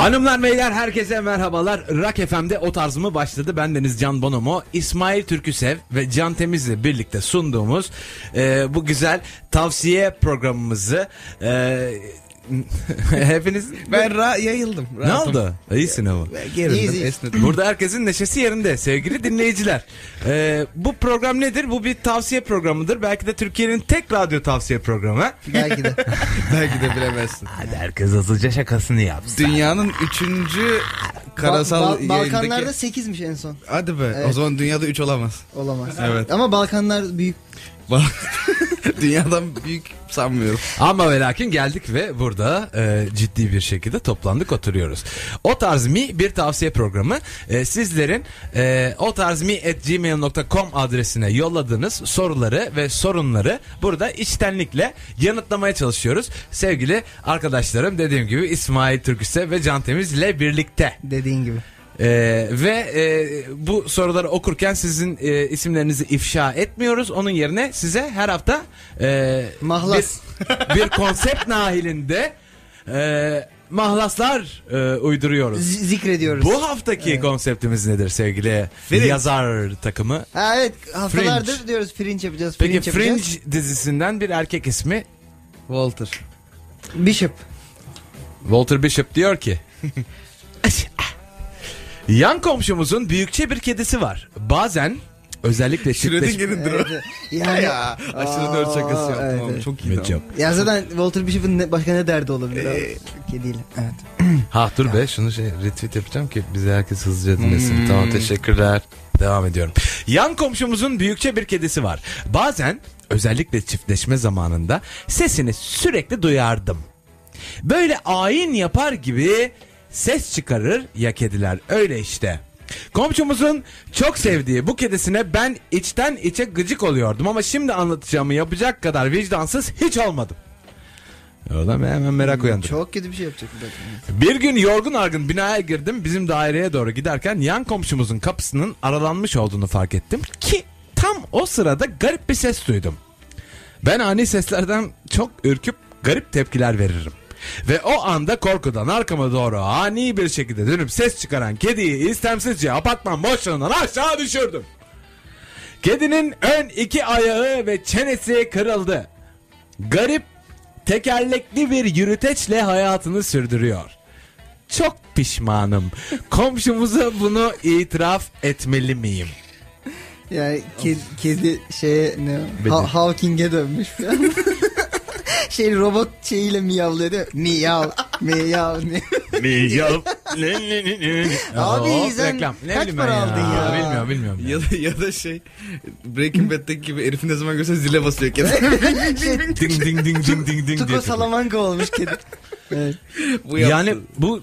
Hanımlar beyler herkese merhabalar. Rock FM'de o tarz mı başladı. Bendeniz Can Bonomo, İsmail Türküsev ve Can Temiz'le birlikte sunduğumuz bu güzel tavsiye programımızı hepiniz... Ben yayıldım. Ne oldu? İyisin ama. Gerildim, esnedim. Burada herkesin neşesi yerinde sevgili dinleyiciler. Bu program nedir? Bu bir tavsiye programıdır. Belki de Türkiye'nin tek radyo tavsiye programı. Belki de. Belki de bilemezsin. Hadi herkes hızlıca şakasını yapsın. Dünyanın 3. karasal Balkanlarda yerindeki... 8'miş en son. Hadi be. Evet. O zaman dünyada 3 olamaz. Olamaz. Evet. Ama Balkanlar büyük. Dünyadan büyük sanmıyorum. Ama ve lakin geldik ve burada ciddi bir şekilde toplandık, oturuyoruz. O tarz mi bir tavsiye programı. Sizlerin otarzmi@gmail.com adresine yolladığınız soruları ve sorunları burada içtenlikle yanıtlamaya çalışıyoruz. Sevgili arkadaşlarım, dediğim gibi İsmail Türküsev ve Can Temiz ile birlikte. Dediğin gibi. Bu soruları okurken sizin isimlerinizi ifşa etmiyoruz. Onun yerine size her hafta Mahlas. bir konsept nahilinde mahlaslar uyduruyoruz. Zikrediyoruz. Bu haftaki konseptimiz nedir sevgili yazar takımı? Ha, evet, haftalardır Fringe diyoruz Fringe yapacağız. Peki Fringe Fringe dizisinden bir erkek ismi Walter. Bishop. Walter Bishop diyor ki yan komşumuzun büyükçe bir kedisi var. Bazen özellikle Schrödinger'indir o. Evet. Yani, Ya aşırı nerd şakası yaptım evet, ama evet. çok iyiydi ama. Ya zaten Walter Bishop'un başka ne derdi olabilir abi? Kediyle. Evet. Ha dur be, şunu retweet yapacağım ki bize herkes hızlıca dinlesin. Tamam, teşekkürler. Devam ediyorum. Yan komşumuzun büyükçe bir kedisi var. Bazen özellikle çiftleşme zamanında sesini sürekli duyardım. Böyle ayin yapar gibi ses çıkarır ya kediler, öyle işte. Komşumuzun çok sevdiği bu kedisine ben içten içe gıcık oluyordum ama şimdi anlatacağımı yapacak kadar vicdansız hiç olmadım. Oradan hemen merak uyandı. Çok kötü bir şey yapacak. Bir gün yorgun argın binaya girdim. Bizim daireye doğru giderken yan komşumuzun kapısının aralanmış olduğunu fark ettim ki tam o sırada garip bir ses duydum. Ben ani seslerden çok ürküp garip tepkiler veririm. Ve o anda korkudan arkama doğru ani bir şekilde dönüp ses çıkaran kediyi istemsizce apartman boşluğundan aşağı düşürdüm. Kedinin ön 2 ayağı ve çenesi kırıldı. Garip tekerlekli bir yürüteçle hayatını sürdürüyor. Çok pişmanım. Komşumuza bunu itiraf etmeli miyim? Yani kedi şeye ne? Hawking'e dönmüş falan. Robot şeyiyle miyavlıyor değil mi? Miyav, miyav, Miyav. Abi sen reklam. Ne kaç bileyim para ben aldın ya? Bilmiyorum. Ya da Breaking Bad'deki gibi herifin ne zaman görse zile basıyor kedi. Ding ding ding ding ding ding. Tuko Salamanca olmuş kedi. Evet. Yani bu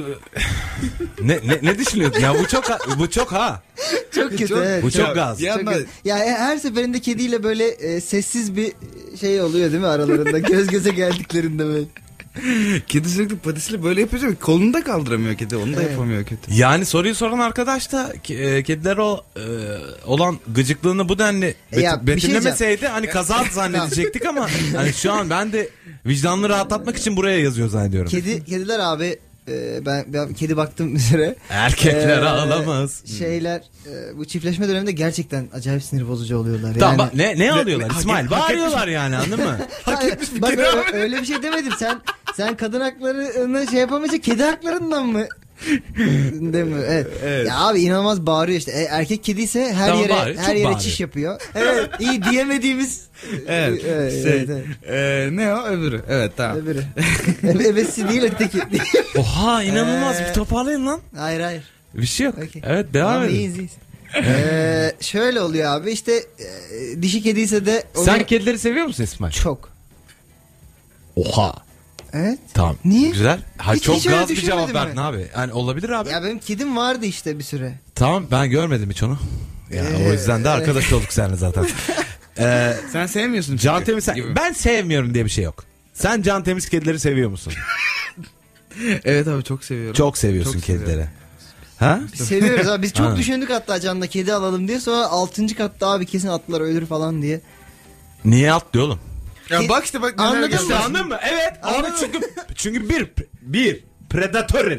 ne düşünüyorsun ya, bu çok ha. Çok kötü. Çok- Evet, Bu çok gaz. Ya- çok kötü. Ya her seferinde kediyle böyle sessiz bir şey oluyor değil mi aralarında? Göz göze geldiklerinde böyle. Kedi sürekli patisiyle böyle yapıyor. Kolunu da kaldıramıyor kedi. Onu da Evet. yapamıyor kötü. Yani soruyu soran arkadaş da kediler olan gıcıklığını bu denli Ya, bir şey betimlemeseydi hani kaza zannedecektik ama hani şu an ben de vicdanını rahatlatmak için buraya yazıyor zannediyorum. Kediler abi ben kedi baktım bir süre. Erkekler ağlamaz. Şeyler bu çiftleşme döneminde gerçekten acayip sinir bozucu oluyorlar. Tamam Yani, ne alıyorlar hak- İsmail? hak Bağırıyorlar yani, anladın mı? Hayır, bak öyle bir şey demedim. Sen kadın haklarını şey yapamayınca kedi haklarından mı? Değil mi? Evet. Evet. Ya abi inanılmaz bağırıyor işte. Ersek kediyse her Tamam, yere bağırıyor, çok her yere bağırıyor. çiş yapıyor. Evet, iyi diyemediğimiz. Evet. Evet. Ne o öbürü? Evet tamam. Öbürü. Ebesi değil öteki. Oha, inanılmaz, bir toparlayın lan. Hayır. Bir şey yok. Okay. Evet, devam Tamam, edin. iyiyiz. Şöyle oluyor abi işte dişi kediyse de Sen kedileri seviyor musun İsmail? çok. Oha. Evet. Tamam. Niye? Güzel. Ha, Hiç çok öyle gaz bir cevap düşünmedim verdin ben. abi. Yani olabilir abi. Ya benim kedim vardı işte bir süre. Tamam, ben görmedim hiç onu. Ya, o yüzden de arkadaş olduk seninle zaten. Sen sevmiyorsun. Can çünkü. Temiz Gibi. ben sevmiyorum diye bir şey yok. Sen Can Temiz kedileri seviyor musun? Evet abi çok seviyorum. Çok seviyorsun Çok kedileri. seviyorum. Ha? Biz seviyoruz abi. Biz çok Ha. düşündük hatta Can'la kedi alalım diye. Sonra 6. katta abi kesin atlar ölür falan diye. Niye atlıyor oğlum? Ya bak neler Anladın geldi. mı? Anladın mı? Evet. Anladın Abi çünkü bir predatör herif.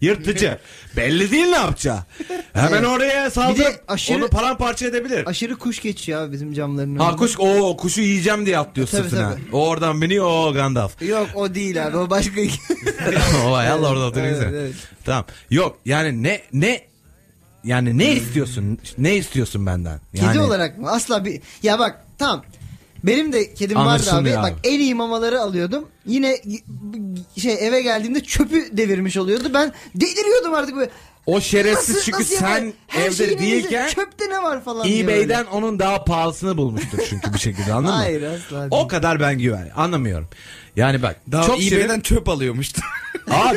Yırtıcı. Belli değil ne yapacağı. Hemen Evet. oraya Bir saldırıp de aşırı- onu paramparça edebilir. Aşırı kuş geçiyor abi bizim camların Ha önünden. kuşu yiyeceğim diye atlıyor Tabii, sırtına. tabii. O oradan biniyor o Gandalf. Yok o değil abi o başka. O ayağla orada Evet, oturuyor. evet. Tamam. Yok yani ne istiyorsun? Ne istiyorsun benden? Yani, Kedi olarak mı? Asla bir... Ya bak tamam. Benim de kedim vardı abi. Anlaşılmıyor abi. Bak en iyi mamaları alıyordum. Yine eve geldiğimde çöpü devirmiş oluyordu. Ben deliriyordum artık böyle. o şerefsiz Nasıl- çünkü nasıl sen yapar? Her evde şeyin değilken elinizde, çöpte ne var falan diye böyle. eBay'den onun daha pahalısını bulmuştur çünkü bir şekilde anladın mı? Hayır asla değil. O kadar ben güven. Anlamıyorum. Yani bak Daha çok eBay'den çöp alıyormuştu. abi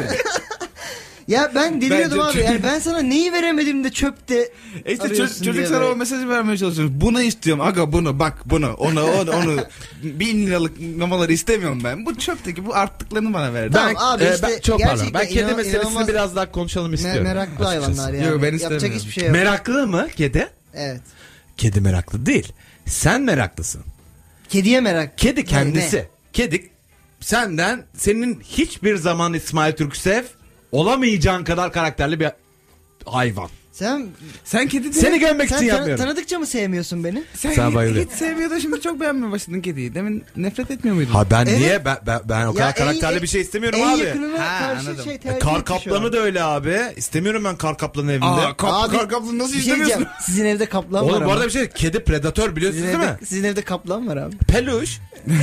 Ya ben deliriyordum Bence abi. Yani ben sana neyi veremedim de çöpte işte arıyorsun çocuk diye sana böyle. o mesajı vermeye çalışıyor. Bunu istiyorum. Aga bunu bak bunu onu 1000 liralık mamaları istemiyorum ben. Bu çöpteki bu arttıklarını bana ver. Tamam abi işte ben çok pardon. gerçekten Ben kedi meselesini inanılmaz biraz daha konuşalım istiyorum. meraklı açıkçası. hayvanlar yani. Yok, ben Yapacak istemiyorum. hiçbir şey yok. Meraklı mı kedi? Evet. Kedi meraklı değil. Sen meraklısın. Kediye merak. Kedi kendisi. Ne? Kedi senin hiçbir zaman İsmail Türksev olamayacağın kadar karakterli bir hayvan. Sen kedi de Seni görmek Sen için yapmıyorum. tanıdıkça mı sevmiyorsun beni? Sen bayılıyorsun. hiç sevmiyordun şimdi çok beğenmeye başladın kediyi. Demin nefret etmiyor muydun? Ha ben Evet. niye ben o kadar Ya karakterli bir şey istemiyorum en abi. yakınına Ha, karşı anladım. şey tercih Kar etti şu an. kaplanı da öyle abi. İstemiyorum ben kar kaplanı evimde. Aa, Abi, kar kaplanı nasıl bir şey istemiyorsun? diyeceğim. Sizin evde kaplan var Oğlum bu ama. arada bir şey kedi predatör biliyorsunuz Sizin değil mi? evde, sizin evde kaplan var abi. Peluş.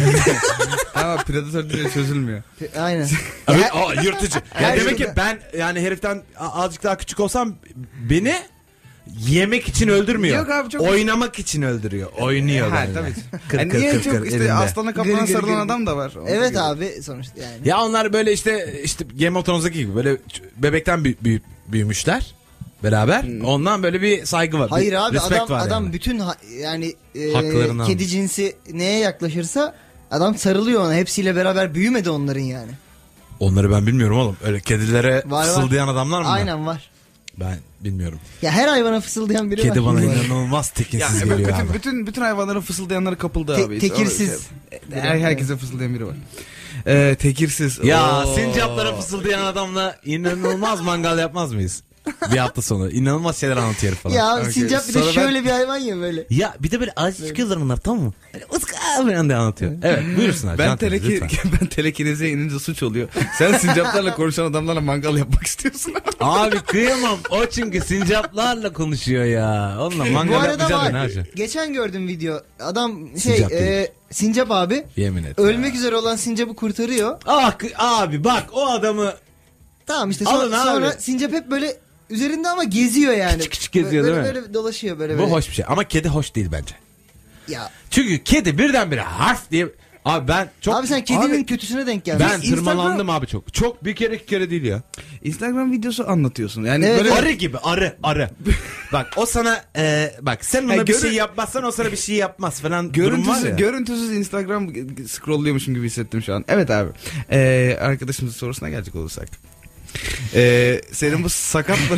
Ama predatör diye çözülmüyor. Aynen. Evet, yırtıcı. Ya Her demek ki şeyde- ben yani heriften azıcık daha küçük olsam beni yemek için öldürmüyor. Yok abi, çok- Oynamak için öldürüyor. Oynuyor Ha benimle. tabii. Kır Yani kır niye kır çok kır işte elinde. aslana kaplana Gır gır sarılan gır. adam da var. Onu Evet biliyorum. abi sonuçta yani. Ya onlar böyle işte Game of Thrones'daki gibi böyle bebekten büyümüşler beraber. Ondan böyle bir saygı var. Hayır bir abi respect adam var yani. bütün yani Haklarını kedi almış. cinsi neye yaklaşırsa adam sarılıyor ona. Hepsiyle beraber büyümedi onların yani. Onları ben bilmiyorum oğlum. Öyle kedilere Var. fısıldayan adamlar mı? Aynen var. Ben bilmiyorum. Ya her hayvana fısıldayan biri var. Kedi bana Bu arada. inanılmaz Ya, tekinsiz geliyor abi. bütün hayvanların fısıldayanları kapıldı Te- abi. tekirsiz. Herkese fısıldayan biri var. Tekirsiz. Ya Oo. sincaplara fısıldayan adamla inanılmaz mangal yapmaz mıyız? Bir hafta sonu. İnanılmaz şeyler anlatıyor falan. Ya Okey. sincap bir de Sonra ben- şöyle bir hayvan ya böyle. Ya bir de böyle ağaç çıkıyorlar bunlar tamam mı? Böyle ıska falan diye anlatıyor. Evet buyursunlar. Ben, Can Temiz, lütfen. ben telekineze inince suç oluyor. Sen sincaplarla konuşan adamlarla mangal yapmak istiyorsun. Abi kıyamam. O çünkü sincaplarla konuşuyor ya. Onunla Bu mangal arada yapmayacaksın ne var. yapacaksın? Geçen gördüm video. Adam Sincap değil. sincap abi Yemin et. ölmek üzere olan sincapı kurtarıyor. Abi bak o adamı Tamam işte Alın abi. sonra sincap hep böyle üzerinde ama geziyor yani. Küçük küçük geziyor böyle, değil mi? Böyle dolaşıyor böyle. bu böyle. hoş bir şey. Ama kedi hoş değil bence. Ya. Çünkü kedi birdenbire harf diye... Abi ben çok... Abi sen kedinin Abi, kötüsüne denk geldin. Ben tırmalandım abi çok. Çok bir kere iki kere değil ya. Instagram videosu anlatıyorsun. Yani Evet, böyle evet. Arı gibi arı. Bak o sana bak sen ona Ha, bir şey yapmazsan o sana bir şey yapmaz falan durum var ya. görüntüsüz Instagram scrollluyormuşum gibi hissettim şu an. Evet abi. Arkadaşımızın sorusuna gelecek olursak. Senin bu sakatlığı...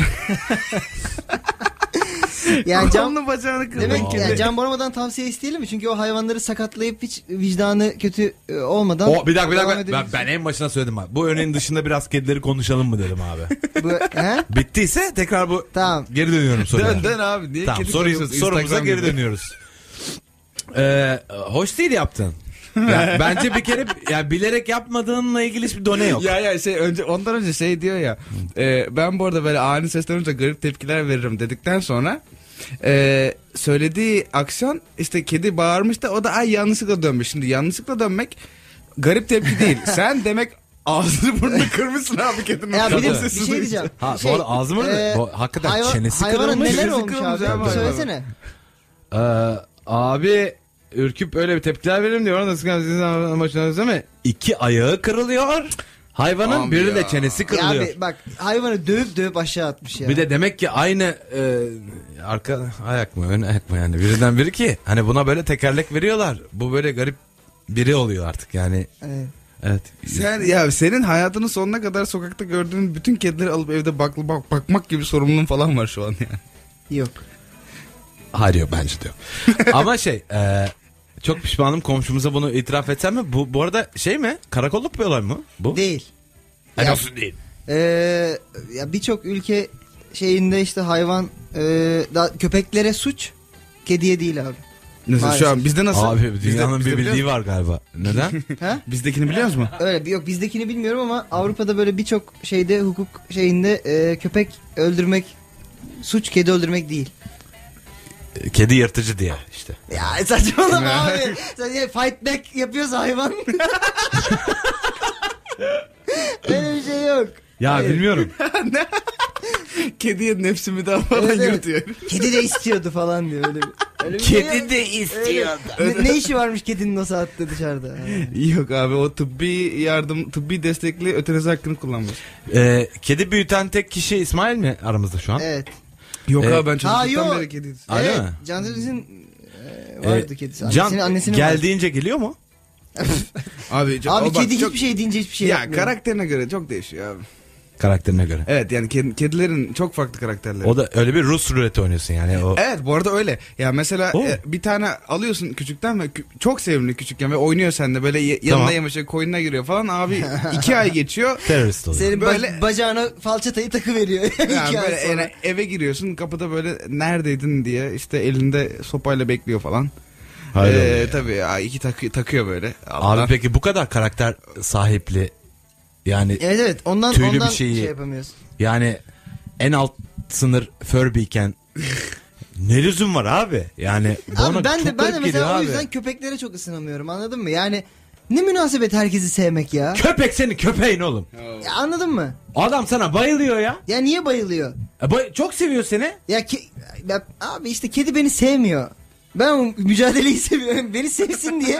Yani Kolunu bacağını kırdın. demek Aa. yani Can Bonomo'dan tavsiye isteyelim mi? Çünkü o hayvanları sakatlayıp hiç vicdanı kötü olmadan. O bir dakika devam ben edebilirsin. en başına söyledim abi. Bu örneğin dışında biraz kedileri konuşalım mı dedim abi. Bu, he? Bittiyse tekrar bu Tamam. geri dönüyorum soruya. Dön abi. Niye Tamam kedi konuşuyorsun? sorumuza Instagram geri gibi. dönüyoruz. Hoş değil yaptın. Ya, bence bir kere ya bilerek yapmadığınla ilgili hiçbir done yok. Ya ondan önce şey diyor ya. Ben bu arada böyle ani seslenince garip tepkiler veririm dedikten sonra söylediği aksiyon işte kedi bağırmış da o da ay yanlışlıkla dönmüş. Şimdi yanlışlıkla dönmek garip tepki değil. Sen demek ağzını burnunu kırmışsın abi kedinin. Ya bir de Tabii. bir şey diyeceğim. Ha, bu arada ağzı mı? Bu hakikaten çenesi hayvana kırılmış. neler Çenesi olmuş kırılmış abi? abi. Söylesene. Abi ürküp öyle bir tepkiler veririm diyor. Ona da sıkan başına değil mi? İki ayağı kırılıyor. Hayvanın Abi biri de ya. çenesi Ya kırılıyor. abi bak hayvanı dövüp aşağı atmış ya. Bir de demek ki aynı arka ayak mı ön ayak mı yani birinden biri ki hani buna böyle tekerlek veriyorlar. Bu böyle garip biri oluyor artık yani. Evet. Evet. Senin hayatının sonuna kadar sokakta gördüğün bütün kedileri alıp evde bakmak gibi sorumluluğun falan var şu an yani. Yok. Hayır yok bence diyor. Ama çok pişmanım komşumuza bunu itiraf etsem mi? Bu arada şey mi? Karakolluk bir olay mı bu? Değil. Ay, Ya- nasıl değil? Ya birçok ülke şeyinde işte hayvan köpeklere suç, kediye değil abi. Mesela şu an bizde nasıl? Abi dünyanın Bizde bir biliyor bildiği var galiba. Neden? Ha? Bizdekini biliyoruz mu? Öyle yok, bizdekini bilmiyorum ama Avrupa'da böyle birçok şeyde, hukuk şeyinde köpek öldürmek suç, kedi öldürmek değil. Kedi yırtıcı diye işte. Ya saçmalama abi. Sen fight back yapıyorsa hayvan. Öyle bir şey yok. Ya Hayır. bilmiyorum. Kediye nefsimi daha falan Evet, evet. yürütüyor. Kedi de istiyordu falan diyor. Öyle bir şey yok. Kedi de istiyordu. Ne işi varmış kedinin o saatte dışarıda? Yok abi, o tıbbi yardım, tıbbi destekli ötenizi hakkını kullanmış. Kedi büyüten tek kişi İsmail mi aramızda şu an? Evet. Yok abi, ben Ha, çocukluktan yok. beri kediydim. Öyle Evet, mi? Can Deniz'in vardı kedisi. Can Annesinin geldiğince geliyor mu? Abi, Abi o bak, kedi çok- hiçbir şey deyince hiçbir şey ya yapmıyor. karakterine göre çok değişiyor abi. Karakterine göre. Evet yani kedilerin çok farklı karakterleri. O da öyle bir Rus ruleti oynuyorsun yani. O... Evet, bu arada öyle. Ya mesela Oo. bir tane alıyorsun küçükten ve çok sevimli küçükken ve oynuyor seninle böyle yanına Tamam. yemişe, koyununa giriyor falan. Abi 2 ay geçiyor. Terörist oluyor. Senin Böyle- bacağına falçatayı takı veriyor. Yani böyle eve giriyorsun, kapıda böyle neredeydin diye işte elinde sopayla bekliyor falan. Hayır oluyor. Tabii ya, takıyor böyle. Abi peki bu kadar karakter sahipli yani Evet ondan Tüylü bir ondan şeyi- şey yapamıyorsun. yani en alt sınır Furby iken ne lüzum var abi? Yani bana Abi ben çok de garip geliyor mesela o abi. yüzden köpeklere çok ısınamıyorum, anladın mı? Yani ne münasebet herkesi sevmek ya. Köpek senin köpeğin oğlum. Ya anladın mı? Adam sana bayılıyor ya. Ya niye bayılıyor? Çok seviyor seni. Ya abi işte kedi beni sevmiyor. Ben o mücadeleyi seviyorum. Beni sevsin diye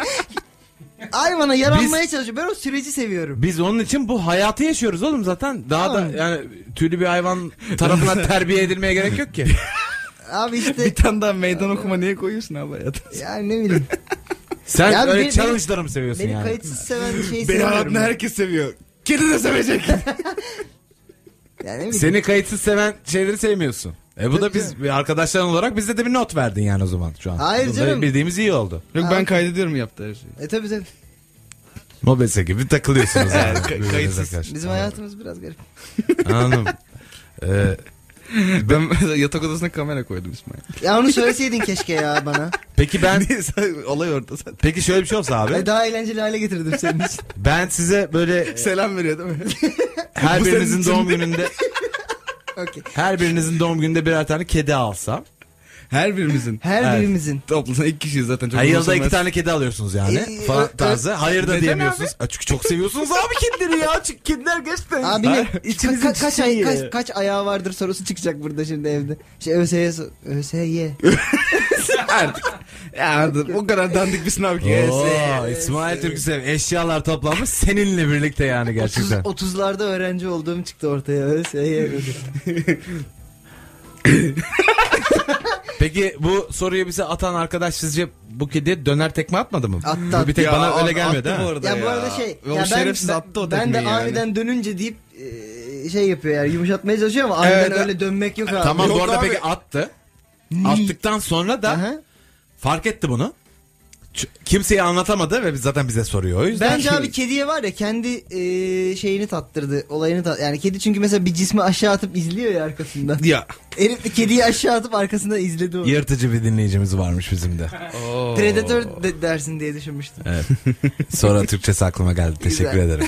hayvana yaranmaya çalışıyor. Ben o süreci seviyorum. Biz onun için bu hayatı yaşıyoruz oğlum zaten. Daha Tamam. da yani tüylü bir hayvan tarafından terbiye edilmeye gerek yok ki. Abi işte bir tane daha meydan okuma niye koyuyorsun abi hayatım? yani ne bileyim. Sen Ya öyle beni- challenge'ları mı seviyorsun Beni yani? kayıtsız seven bir şeyi Beni sevmiyorum. hayatımda herkes seviyor. Kedi de sevecek. Yani ne bileyim. Seni kayıtsız seven şeyleri sevmiyorsun. Bu da Tabii biz bir arkadaşların olarak bize de bir not verdin yani o zaman şu an. Hayır Bunu da canım. bildiğimiz iyi oldu. Yok, Abi. ben kaydediyorum yaptığı her şeyi. Tabii tabii. Mobese gibi takılıyorsunuz yani. Evet, birbirinize kayıtsız. karşı. Bizim hayatımız biraz garip. Anladım. Ben mesela yatak odasına kamera koydum İsmail. Ya onu söyleseydin keşke ya bana. Peki ben Olay orada zaten. peki şöyle bir şey olsa abi. Daha eğlenceli hale getirdim senin için. Ben size böyle Selam veriyor değil mi? her Bu birinizin senin doğum gününde Okey. her birinizin doğum gününde birer tane kedi alsam. Her birimizin. Her Evet. birimizin. Toplasan 2 kişiyiz zaten. Çok Her yılda uzun 2 sürmez. tane kedi alıyorsunuz yani. Falan tarzı. Hayır da Neden diyemiyorsunuz. Çünkü çok seviyorsunuz abi kedileri ya. Çünkü kediler gerçekten. Abi ne? İçinizin Kaç ayağı vardır sorusu çıkacak burada şimdi evde. ÖSY. Artık. Ya o kadar dandik bir sınav ki. Oo, İsmail Türksev eşyalar toplanmış seninle birlikte yani gerçekten. 30'larda öğrenci olduğum çıktı ortaya. ÖSY. Peki bu soruyu bize atan arkadaş sizce bu kedi döner tekme atmadı mı? Attı. Bir tek Ya, bana öyle gelmiyor değil attı mi? bu arada Ya bu arada şey. O ya şerefsiz attı o ben de tekmeyi yani. aniden dönünce deyip şey yapıyor yani, yumuşatmaya çalışıyor ama aniden Evet. öyle dönmek yok abi. Tamam Yok bu arada abi. peki attı. Attıktan sonra da Aha. fark etti bunu. Kimseye anlatamadı ve zaten bize soruyor o yüzden. Bence abi kediye var ya kendi şeyini tattırdı. Olayını yani kedi çünkü mesela bir cismi aşağı atıp izliyor ya arkasından. Ya. Herif de kediyi aşağı atıp arkasında izledi o. Yırtıcı bir dinleyicimiz varmış bizim de. Predator dersin diye düşünmüştüm. Evet. Sonra Türkçesi aklıma geldi. Teşekkür Güzel. ederim.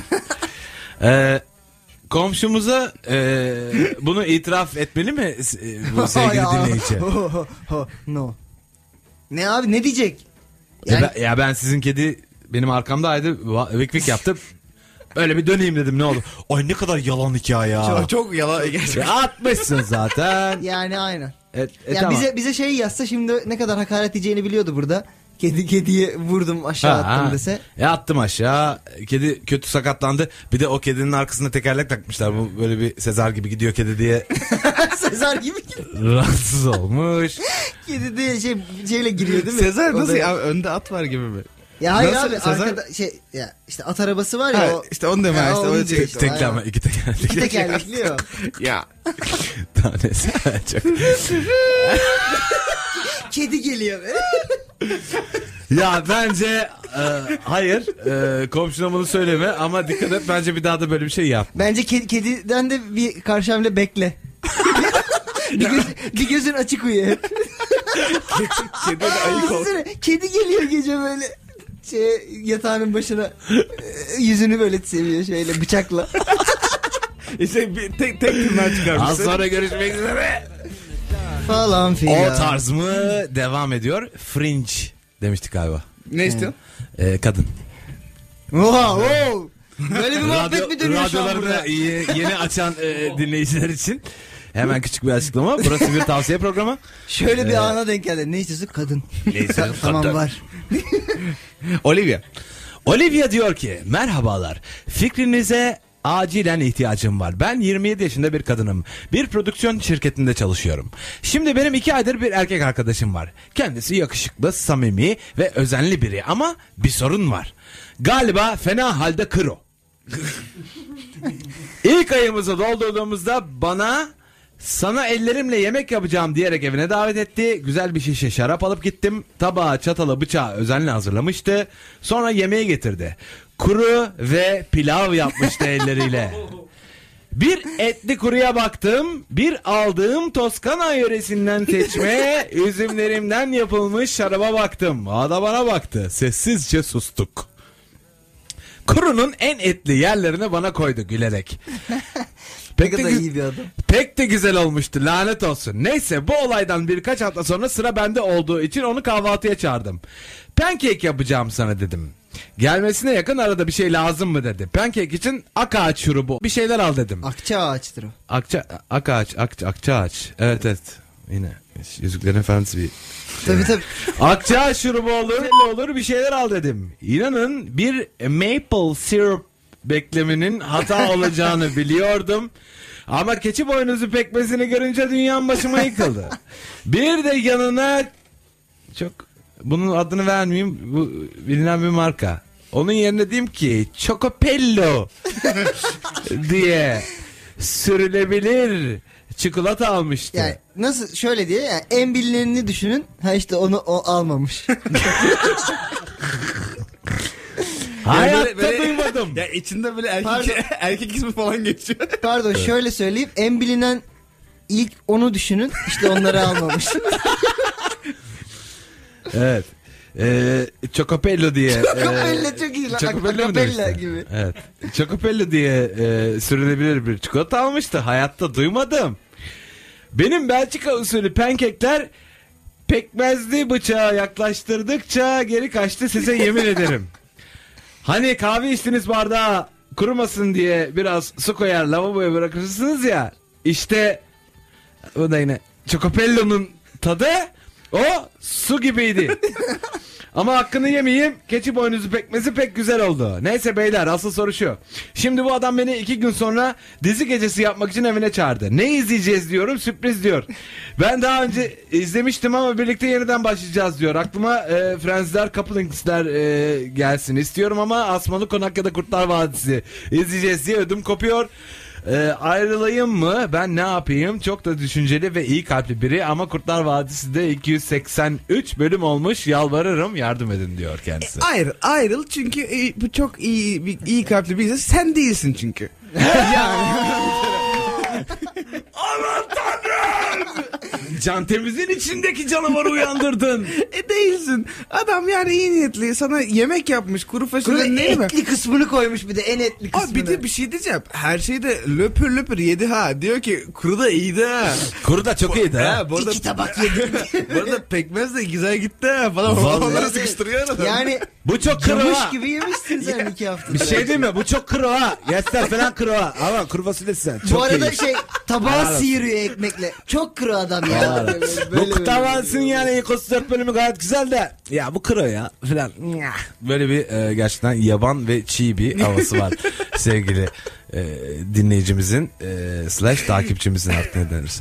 Komşumuza bunu itiraf etmeli mi bu sevgili Ya. dinleyici? No. Ne abi, ne diyecek? Ben sizin kedi benim arkamdaydı. Vik vik yaptı. Böyle bir döneyim dedim, ne oldu? Ay ne kadar yalan hikaye ya. Çok yalan. Gerçekten. Atmışsın zaten. Yani aynen. Ya Ya bize şey yazsa şimdi ne kadar hakaret edeceğini biliyordu burada. Kediye vurdum aşağı attım dese. Attım aşağı. Kedi kötü sakatlandı. Bir de o kedinin arkasına tekerlek takmışlar. Bu böyle bir Sezar gibi gidiyor kedi diye Sezar gibi. rahatsız olmuş. Kedi de şeyle giriyor değil mi? Sezer nasıl Odaya. ya? Önde at var gibi mi? Ya hayır Nasıl? abi Sezer- arkada ya işte at arabası var ya Ha, o. işte onu deme Ha, işte. onu O diyor şey. işte. Tekli ama iki tekerlekli. İki tekerlekli o. Ya. Tanesi. Çok. Kedi geliyor be. Ya bence hayır komşuna bunu söyleme ama dikkat et bence bir daha da böyle bir şey yapma. Bence kediden de bir karşı hamle bekle. bir gözün açık uyu hep. Kedi de ayık ol. Düşünsene, kedi geliyor gece böyle yatağının başına yüzünü böyle seviyor şöyle bıçakla. İşte tek tırnağı çıkarmışsın. Az sonra görüşmek üzere. Falan filan. O tarz mı devam ediyor? Fringe demiştik galiba. Ne istiyorsun? Kadın. Wow. Böyle bir muhabbet mi dönüyor şu an Radyolarını burada? yeni açan dinleyiciler için hemen küçük bir açıklama. Burası bir tavsiye programı. Şöyle bir ana denk geldi. Ne istiyorsun? Kadın. Ne istiyorsun? Tamam Kadın. var. Olivia. Olivia diyor ki merhabalar. Fikrinize acilen ihtiyacım var. Ben 27 yaşında bir kadınım. Bir prodüksiyon şirketinde çalışıyorum. Şimdi benim 2 aydır bir erkek arkadaşım var. Kendisi yakışıklı, samimi ve özenli biri ama bir sorun var. Galiba fena halde kro. İlk ayımızı doldurduğumuzda sana ellerimle yemek yapacağım diyerek evine davet etti. Güzel bir şişe şarap alıp gittim. Tabağı, çatalı, bıçağı özenle hazırlamıştı. Sonra yemeği getirdi. Kuru ve pilav yapmıştı elleriyle. Bir etli kuruya baktım. Bir aldığım Toskana yöresinden seçme üzümlerimden yapılmış şaraba baktım. O da bana baktı. Sessizce sustuk. Kurunun en etli yerlerine bana koydu gülerek. Ne kadar iyi bir adam. Pek de güzel olmuştu, lanet olsun. Neyse, bu olaydan birkaç hafta sonra sıra bende olduğu için onu kahvaltıya çağırdım. Pancake yapacağım sana dedim. Gelmesine yakın arada bir şey lazım mı dedi. Pancake için akağaç şurubu bir şeyler al dedim. Akça ağaçtır o. Akçaağaç. Evet. Yine Yüzüklerin Efendisi bir Tabii. akçaağaç şurubu olur bir şeyler al dedim. İnanın bir maple syrup beklemenin hata olacağını biliyordum. Ama keçi boynuzu pekmezini görünce dünyam başıma yıkıldı. Bir de yanına bunun adını vermeyeyim, bu bilinen bir marka. Onun yerine diyeyim ki Chocopello diye sürülebilir çikolata almıştı. Yani nasıl şöyle diye yani en bilinenini düşünün. Ha işte onu o almamış. Hayatta böyle- duymadım. Ya içinde böyle Pardon. erkek ismi falan geçiyor. Pardon şöyle söyleyeyim. En bilinen ilk onu düşünün. İşte onları almamış. Evet. Chocopello diye. Chocopello çok iyi lan. Chocopello mu Acapella demişti? gibi. Evet. Chocopello diye sürülebilir bir çikolata almıştı. Hayatta duymadım. Benim Belçika usulü pankekler pekmezli bıçağı yaklaştırdıkça geri kaçtı, size yemin ederim. Hani kahve içtiniz bardağa kurumasın diye biraz su koyar lavaboya bırakırsınız ya. İşte o da yine Chocopello'nun tadı o su gibiydi. Ama hakkını yemeyeyim, keçi boynuzu pekmezi pek güzel oldu. Neyse beyler, asıl soru şu. Şimdi bu adam beni 2 gün sonra dizi gecesi yapmak için evine çağırdı. Ne izleyeceğiz diyorum, sürpriz diyor. Ben daha önce izlemiştim ama birlikte yeniden başlayacağız diyor. Aklıma Friends'ler, Couplings'ler gelsin istiyorum ama Asmalı Konak ya da Kurtlar Vadisi izleyeceğiz diye ödüm kopuyor. Ayrılayım mı? Ben ne yapayım? Çok da düşünceli ve iyi kalpli biri ama Kurtlar Vadisi de 283 bölüm olmuş. Yalvarırım, yardım edin diyor kendisi. Ayrıl çünkü bu çok iyi kalpli bir insan. Sen değilsin çünkü. Aman tanrım! Can Temiz'in içindeki canavarı uyandırdın. Değilsin. Adam yani iyi niyetli sana yemek yapmış kuru fasulye değil mi? Etli kısmını koymuş bir de en etli kısmını. Abi bir de bir şey diyeceğim. Her şeyde löpür löpür yedi ha. Diyor ki kuru da iyiydi ha. Kuru da çok iyiydi ha. Bu arada, 2 tabak yedim. bu arada pekmez de güzel gitti ha falan. Vallahi. Onları sıkıştırıyor adam. Yani Bu çok kuru camış ha. gibi yemişsin sen 2 hafta. Bir şey değil mi? Bu çok kuru ha. Yesler falan kuru ha. Ama kuru fasulyesi sen. Çok Bu arada iyi. tabağı Helal olsun. sıyırıyor ekmekle. Çok kuru adam ya. Helal Böyle, olsun. böyle, Bu Kurtlar Vadisi'nin yani ilk 34 bölümü gayet güzel de ya bu kuru ya falan. Böyle bir gerçekten yaban ve çiğ bir havası var sevgili dinleyicimizin slash takipçimizin artık ne denirse.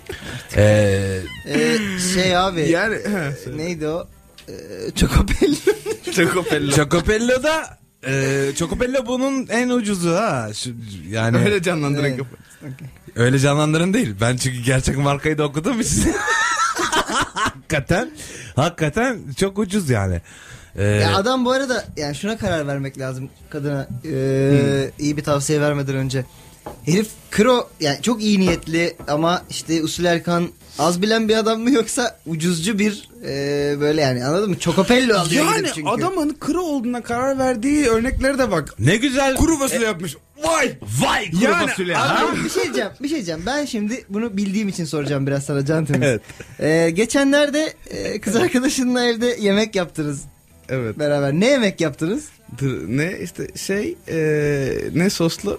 Şey abi. Yani Neydi o? Chocopello. Chocopello'da Chocopello bunun en ucuzu ha. Yani öyle canlandıran Evet. kapı. öyle canlandırın değil. Ben çünkü gerçek markayı da okuduğum için. Hakikaten çok ucuz yani. Ya adam bu arada yani şuna karar vermek lazım kadına iyi bir tavsiye vermeden önce. Herif kro yani çok iyi niyetli ama işte usul erkan az bilen bir adam mı yoksa ucuzcu bir böyle yani anladın mı? Çokopello alıyor Yani gidip çünkü. adamın kro olduğuna karar verdiği örneklere de bak. Ne güzel. Kuru fasulye yapmış. Vay! Vay kuru Yani fasulye. Abi ha? bir şey diyeceğim. Ben şimdi bunu bildiğim için soracağım biraz sana Can Temiz. Evet. Geçenlerde kız arkadaşınla evde yemek yaptınız Evet. beraber. Ne yemek yaptınız? Ne işte ne soslu?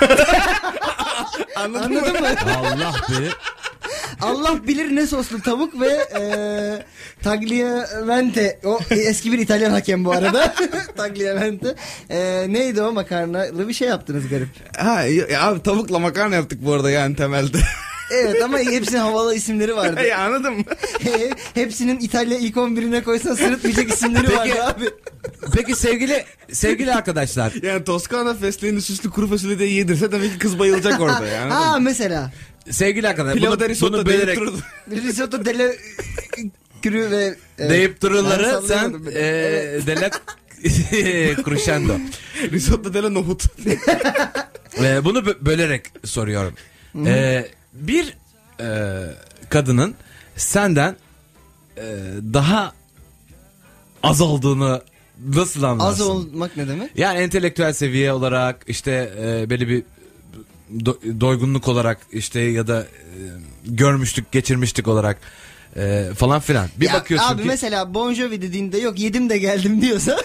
Anladın mı? Allah be. Allah bilir ne soslu tavuk ve tagliamente. O eski bir İtalyan hakem bu arada. Tagliamente. Neydi o makarnalı bir şey yaptınız garip. Ha ya abi tavukla makarna yaptık bu arada yani temelde. Evet ama hepsinin havalı isimleri vardı. Ya anladın mı? Hepsinin İtalya ilk 11'ine koysan sırıtmayacak isimleri vardı abi. Peki sevgili arkadaşlar. Yani Toskana fesleğeni süslü kuru fasulye de yedirse demek ki kız bayılacak orada yani. Ha mesela. Sevgili arkadaşlar. Pilavı da risotto bölerek deyip dururdu. Risotto delle kürü ve deyip dururları Ben sen sallayamadım beni. dele crescendo. Risotto della nohut. Bunu bölerek soruyorum. Bir kadının senden daha az olduğunu nasıl anlarsın? Az olmak ne demek? Yani entelektüel seviye olarak işte böyle bir doygunluk olarak işte ya da görmüştük geçirmiştik olarak falan filan. Bir Ya bakıyorsun abi ki. mesela Bon Jovi dediğinde yok yedim de geldim diyorsa.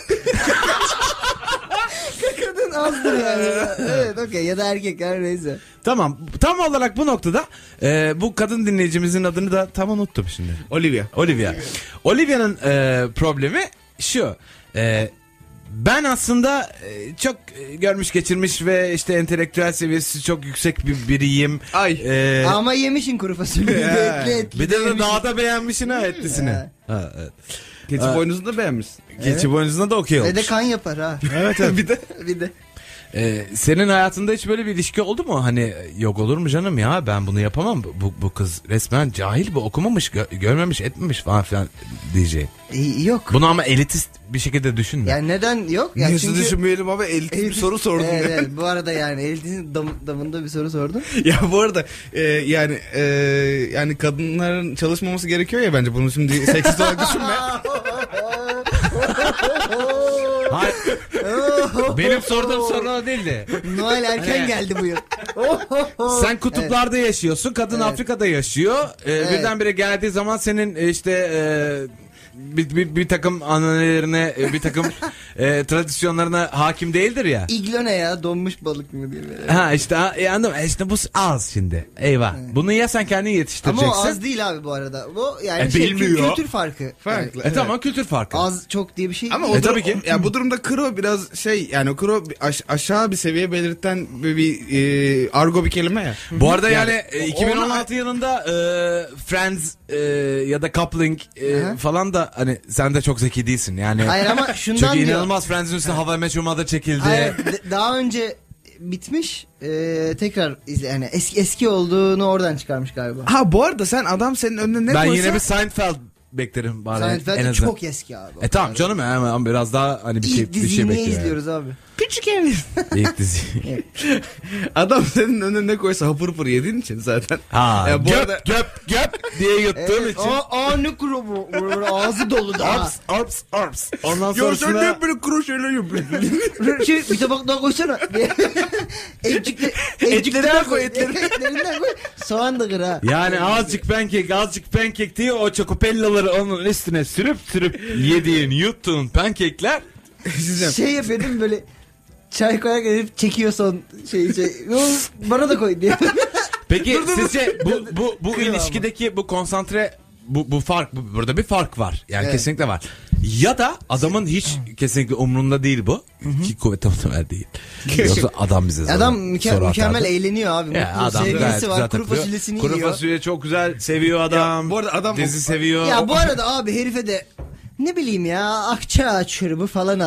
Kadın azdır yani. Evet okey ya da erkek her neyse. Tamam tam olarak bu noktada bu kadın dinleyicimizin adını da tam unuttum şimdi. Olivia. Olivia'nın problemi şu. Ben aslında çok görmüş geçirmiş ve işte entelektüel seviyesi çok yüksek bir biriyim. Ay. Ama yemişin kuru fasulyeyi de etli etli. Bir de yemişin. dağda beğenmişsin ha etlisini. Ha, evet. Keçi boynuzunu da beğenmiş. Keçi boynuzuna da okey Ve olmuş. de kan yapar ha. Evet evet. Bir de. Senin hayatında hiç böyle bir ilişki oldu mu? Hani yok olur mu canım ya ben bunu yapamam. Bu kız resmen cahil bu okumamış görmemiş etmemiş falan filan diyeceğim. Yok. Bunu ama elitist bir şekilde düşünme. Yani neden yok? Yani Nasıl düşünmeyelim ama elitist bir soru sordum. Evet, ya. evet, bu arada yani elitin damında bir soru sordum. Ya bu arada yani kadınların çalışmaması gerekiyor ya bence bunu şimdi seksist olarak düşünme. Hayır. Benim sorduğum soru o değildi. Noel erken geldi bu yıl. Sen kutuplarda yaşıyorsun, kadın Evet. Afrika'da yaşıyor. Evet. Birdenbire geldiği zaman senin işte bir takım ananelerine, bir takım tradisyonlarına hakim değildir ya. İglo ne ya? Donmuş balık mı diye. Böyle. Ha işte anladım. İşte bu az şimdi. Eyvah. Bunu ya sen kendin yetiştireceksin. Ama o az değil abi bu arada. Bu yani bilmiyor. kültür farkı. Farklı. Yani, Tamam kültür farkı. az çok diye bir şey. Ama değil. o tabii ki. Ya bu durumda kro biraz yani o kro aşağı bir seviye belirten bir argo bir kelime ya. Bu arada yani, Yani 2016 yılında Friends ya da Coupling Hı. falan da hani sen de çok zeki değilsin yani. Hayır ama şundan Çünkü diyor. inanılmaz Friends'in üstüne How I Met Your Mother çekildi. Hayır, daha önce bitmiş tekrar izle yani eski olduğunu oradan çıkarmış galiba. Ha bu arada adam senin önüne ne Ben koysa. yine bir Seinfeld beklerim bari. Seinfeld en azından. çok eski abi. Tamam canım ama biraz daha hani bir şey, İlk bir diziyi şey niye bekliyorum. izliyoruz abi? Küçük ev. İlk dizi. Adam senin önüne ne koysa hapır hapır yediğin için zaten. Ha, Ya bu göp, arada- göp diye yuttuğum Evet, için. ne kuru bu? Böyle ağzı dolu da. Arps. Ondan Ya sen sonrasında ne böyle kuru şeyler yapıyorsun? Bir tabak daha koysana. Etlerinden koy, Etlerinden koy. Soğan da kır ha. yani azıcık pankek diye o çokopellaları onun üstüne sürüp yediğin yuttuğun pankekler Şey yapıyor değil mi böyle çay koyarken herif çekiyor son şeyi. Bana da koy diye. Peki sizce bu Kıyamam. ilişkideki bu konsantre bu fark burada bir fark var. Yani Evet. kesinlikle var. Ya da adamın hiç kesinlikle umrunda değil bu. Ki kuvveti muhtemel değil. Yoksa adam bize Adam soru mükemmel atardı. eğleniyor abi. Ya Mutlu, adam gayet sevgilisi güzel var. Kuru takılıyor. fasulyesini Kuru yiyor. fasulye çok güzel seviyor adam. bu arada adam dizi seviyor. Ya bu arada abi herife de ne bileyim ya akçaağaç şurubu falan al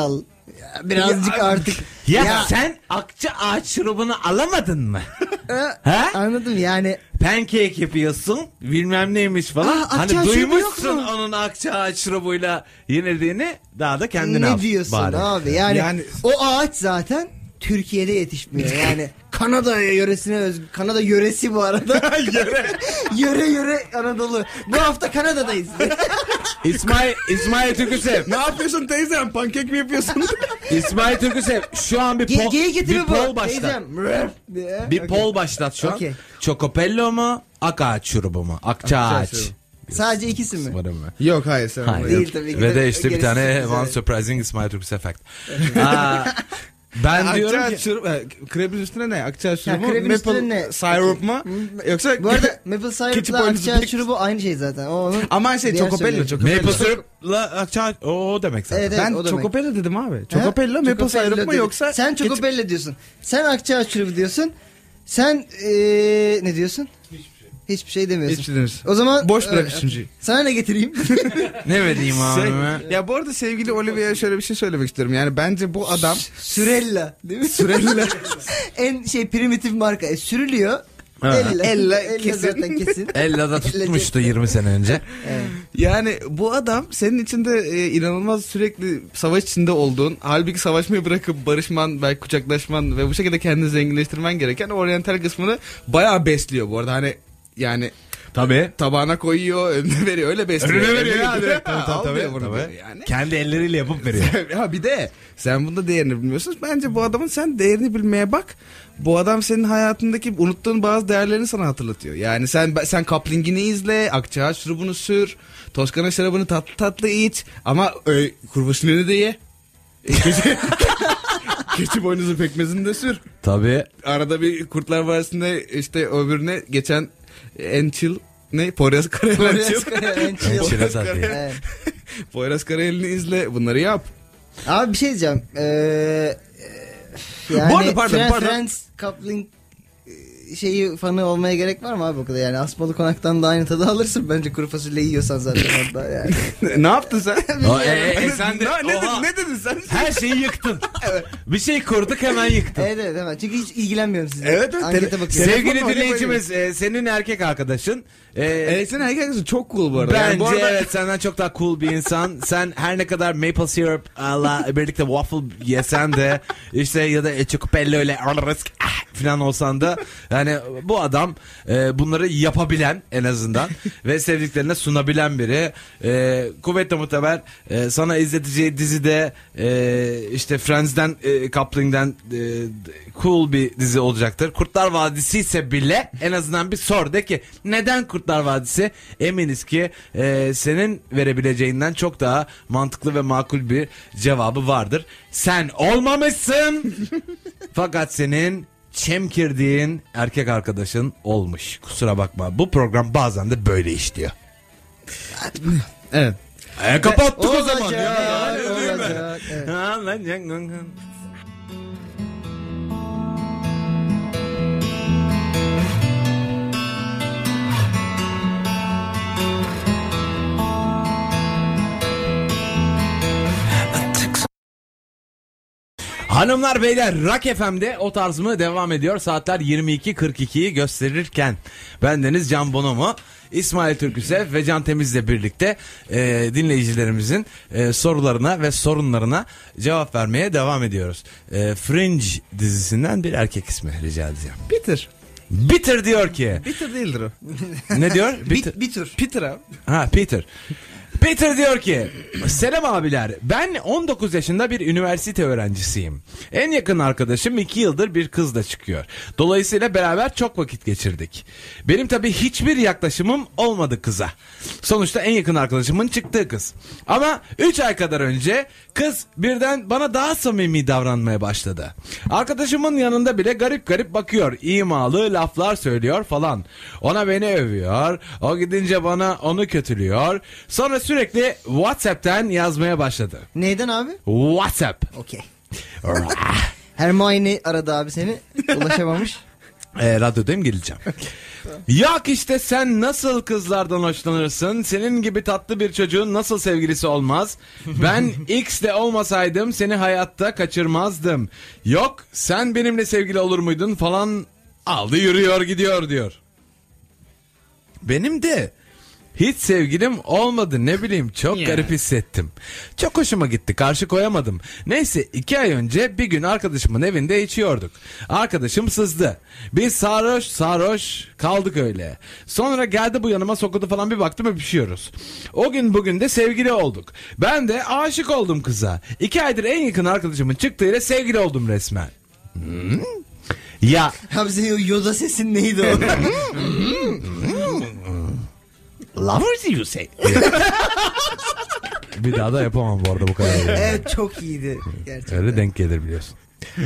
Birazcık artık. Ya sen akça ağaç şurubunu alamadın mı? Ha? Anladım yani. Pancake yapıyorsun bilmem neymiş falan. Akça Hani ağaç şurubu duymuşsun yok mu? onun akça ağaç şurubuyla yenildiğini, daha da kendine al. Ne diyorsun bari. abi? Yani, Yani- o ağaç zaten Türkiye'de yetişmiyor. Yani Kanada yöresine özgü. Kanada yöresi bu arada. yöre Anadolu. Bu hafta Kanada'dayız. İsmail Türküsev. Ne yapıyorsun teyzem? Pankek mi yapıyorsun? İsmail Türküsev şu an bir Geyik eti bir mi bu? poll başlat. Teyzem. Rrr diye. Bir Okey. poll başlat şu an. Okey. Çokopello mu? Akağaç şurubu mu? Akça ağaç. şurubu. Sadece ikisi mi? Yok hayır sen Hayır. onu Değil yap. tabii ki. Ve de işte bir Gerisi tane sürpriz, One evet. Surprising İsmail Türküsev fact. Aa, ben diyorum Akçaağaç ki şurubu, krebin üstüne ne? Akçaağaç şurubu, krebin maple üstüne ne? syrup mu? Yoksa Bu arada maple Keçi syrup'la boynuzu akçaağaç pek- şurubu aynı şey zaten. O onun Aman şey diğer Chocopello, söylemi. maple syrup'la akça ağaç o demek zaten. Evet, Ben o demek. Chocopello dedim abi. Ha? Chocopello, maple Chocopello syrup mu dedi. yoksa... Sen keçi- Chocopello diyorsun. Sen akçaağaç şurubu diyorsun. Sen ne diyorsun? Hiçbir şey demiyorsun. Hiçbir şey demiyorsun. O zaman Boş bırak üçüncüyü. sana ne getireyim? Ne vereyim abi? Ya bu arada sevgili Olivia'ya şöyle bir şey söylemek istiyorum. Yani bence bu adam... Sürella, değil mi? Sürella. En primitif marka. Sürülüyor. Elle. Elle kesin. zaten kesin. Ella'da tutmuştu 20 sene önce. Evet. Yani bu adam senin içinde inanılmaz sürekli savaş içinde olduğun, halbuki savaşmayı bırakıp barışman, belki kucaklaşman ve bu şekilde kendini zenginleştirmen gereken oryantal kısmını bayağı besliyor bu arada. Hani yani Tabii. tabağına koyuyor, önüne veriyor, öyle besliyor. Önüne veriyor ya. Tabii, direkt. almıyor bunu Tabii. böyle yani. Kendi elleriyle yapıp veriyor. Ya bir de sen bunda değerini bilmiyorsun. Bence bu adamın sen değerini bilmeye bak. Bu adam senin hayatındaki unuttuğun bazı değerlerini sana hatırlatıyor. Yani sen Kapling'ini izle, akçaağaç şurubunu sür, Toskana şarabını tatlı tatlı iç ama kuru fasulyeni de ye. Keçi boynuzu pekmezini de sür. Tabii. Arada bir Kurtlar Vadisi'nde işte öbürüne geçen Enchil ne? Poyraz Karayel Enchil. Enchil'e zaten. Evet. Poyraz Karayel'ini izle. Bunları yap. Abi bir şey diyeceğim. Yani Bu arada pardon. Friends coupling şeyi fanı olmaya gerek var mı abi o kadar? Yani Asmalı Konak'tan da aynı tadı alırsın bence kuru fasulye yiyorsan zaten orada yani. Ne yaptın sen? Sen de oha. ne dedin sen? Her şeyi yıktın. Bir şey kurduk hemen yıktın. Evet hemen. Çünkü hiç ilgilenmiyorum sizle. Evet, evet. Ankete bakıyorum. Sevgili Telefonla dinleyicimiz senin erkek arkadaşın Sen erkeksin çok cool bu arada. bence Yani bu arada evet senden çok daha cool bir insan. Sen her ne kadar maple syrup'la birlikte waffle yesen de işte ya da Chocopello ile falan olsan da yani bu adam bunları yapabilen en azından ve sevdiklerine sunabilen biri. Kuvvetle muhtemel sana izleteceği dizide işte Friends'den Coupling'den cool bir dizi olacaktır. Kurtlar Vadisi ise bile en azından bir sor de ki neden Kurtlar Vadisi? Eminiz ki senin verebileceğinden çok daha mantıklı ve makul bir cevabı vardır. Sen olmamışsın fakat senin çemkirdiğin erkek arkadaşın olmuş. Kusura bakma. Bu program bazen de böyle işliyor. evet. Kapattık o Olacak, zaman ya. olacak, evet. Hanımlar beyler Rock FM'de o tarz mı devam ediyor. Saatler 22.42'yi gösterirken bendeniz Can Bonomo, İsmail Türküsev ve Can Temiz'le birlikte dinleyicilerimizin sorularına ve sorunlarına cevap vermeye devam ediyoruz. Fringe dizisinden bir erkek ismi rica edeceğim. Peter. Bitter diyor ki. Peter değildir o. Ne diyor? Bitter. Bir tur. Peter abi. Ha Peter. Peter diyor ki selam abiler, ben 19 yaşında bir üniversite öğrencisiyim. En yakın arkadaşım 2 yıldır bir kızla çıkıyor. Dolayısıyla beraber çok vakit geçirdik. Benim tabii hiçbir yaklaşımım olmadı kıza. Sonuçta en yakın arkadaşımın çıktığı kız. Ama 3 ay kadar önce kız birden bana daha samimi davranmaya başladı. Arkadaşımın yanında bile garip garip bakıyor. İmalı laflar söylüyor falan. Ona beni övüyor. O gidince bana onu kötülüyor. Sonra sürekli WhatsApp'tan yazmaya başladı. Neyden abi? WhatsApp. Okey. Hermione aradı abi seni. Ulaşamamış. Radyodayım, geleceğim. Yok işte sen nasıl kızlardan hoşlanırsın? Senin gibi tatlı bir çocuğun nasıl sevgilisi olmaz? Ben X'le olmasaydım seni hayatta kaçırmazdım. Yok sen benimle sevgili olur muydun falan, aldı yürüyor gidiyor diyor. Benim de hiç sevgilim olmadı, ne bileyim çok garip hissettim. Çok hoşuma gitti, karşı koyamadım. Neyse 2 ay önce bir gün arkadaşımın evinde içiyorduk. Arkadaşım sızdı. Biz sarhoş kaldık öyle. Sonra geldi bu yanıma sokuldu falan, bir baktım öpüşüyoruz. O gün bugün de sevgili olduk. Ben de aşık oldum kıza. 2 aydır en yakın arkadaşımın çıktığıyla sevgili oldum resmen. Ya. Abi senin o Yoda sesin neydi o? Lovers you say. Bir daha da yapamam bu arada bu kadar. Evet çok iyiydi. Gerçekten. Öyle denk gelir biliyorsun.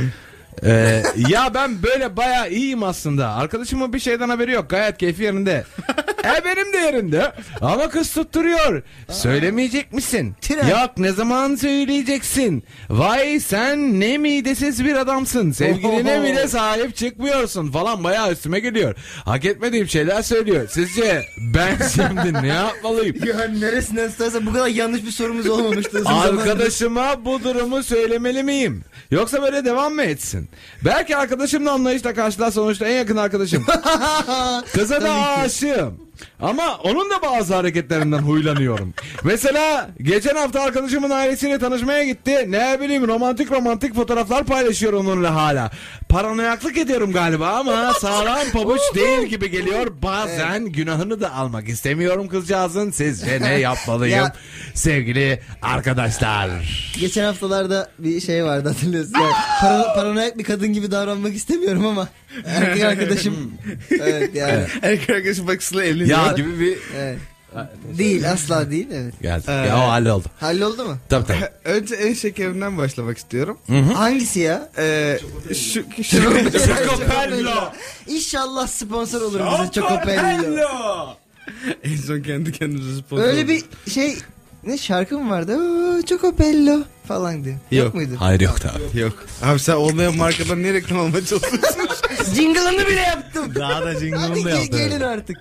Ya ben böyle bayağı iyiyim aslında. Arkadaşımın bir şeyden haberi yok. Gayet keyfi yerinde. Benim de yerinde. Ama kız tutturuyor. Söylemeyecek misin? Tren. Yok ne zaman söyleyeceksin? Vay sen ne midesiz bir adamsın. Sevgiline bile sahip çıkmıyorsun falan, bayağı üstüme geliyor. Hak etmediğim şeyler söylüyor. Sizce ben şimdi ne yapmalıyım? Ya neresinden tutarsa bu kadar yanlış bir sorumuz olmamıştı. Arkadaşıma bu durumu söylemeli miyim? Yoksa böyle devam mı etsin? Belki arkadaşımla anlayışla karşılar, sonuçta en yakın arkadaşım. Kıza da aşığım. Ama onun da bazı hareketlerinden huylanıyorum. Mesela geçen hafta arkadaşımın ailesiyle tanışmaya gitti. Ne bileyim romantik fotoğraflar paylaşıyor onunla hala. Paranoyaklık ediyorum galiba ama sağlam pabuç değil gibi geliyor. Bazen günahını da almak istemiyorum kızcağızın. Sizce ne yapmalıyım Ya. sevgili arkadaşlar? Geçen haftalarda bir şey vardı, hatırlıyorsun. Yani paranoyak bir kadın gibi davranmak istemiyorum ama erkek arkadaşım evet yani. Erkek arkadaşım bakısıyla evleniyor. Ya gibi bir... Evet. Değil, asla değil, evet. Geldi. Ya o halloldu. Halloldu mu? Tabii. Önce en şekerinden başlamak istiyorum. Hangisi ya? Şunu Chocopello. İnşallah sponsor olur bize Chocopello. en son kendi kendimize sponsor Öyle olduk. bir şey, ne şarkı mı vardı? Oo, Chocopello falan diyor. Yok muydu? Hayır yoktu abi. Yok. Abi sen olmayan markadan niye reklam almaya çalışıyorsun? Jingle'ını bile yaptım. Daha da jingle'ını Hadi da yaptı. gelin artık.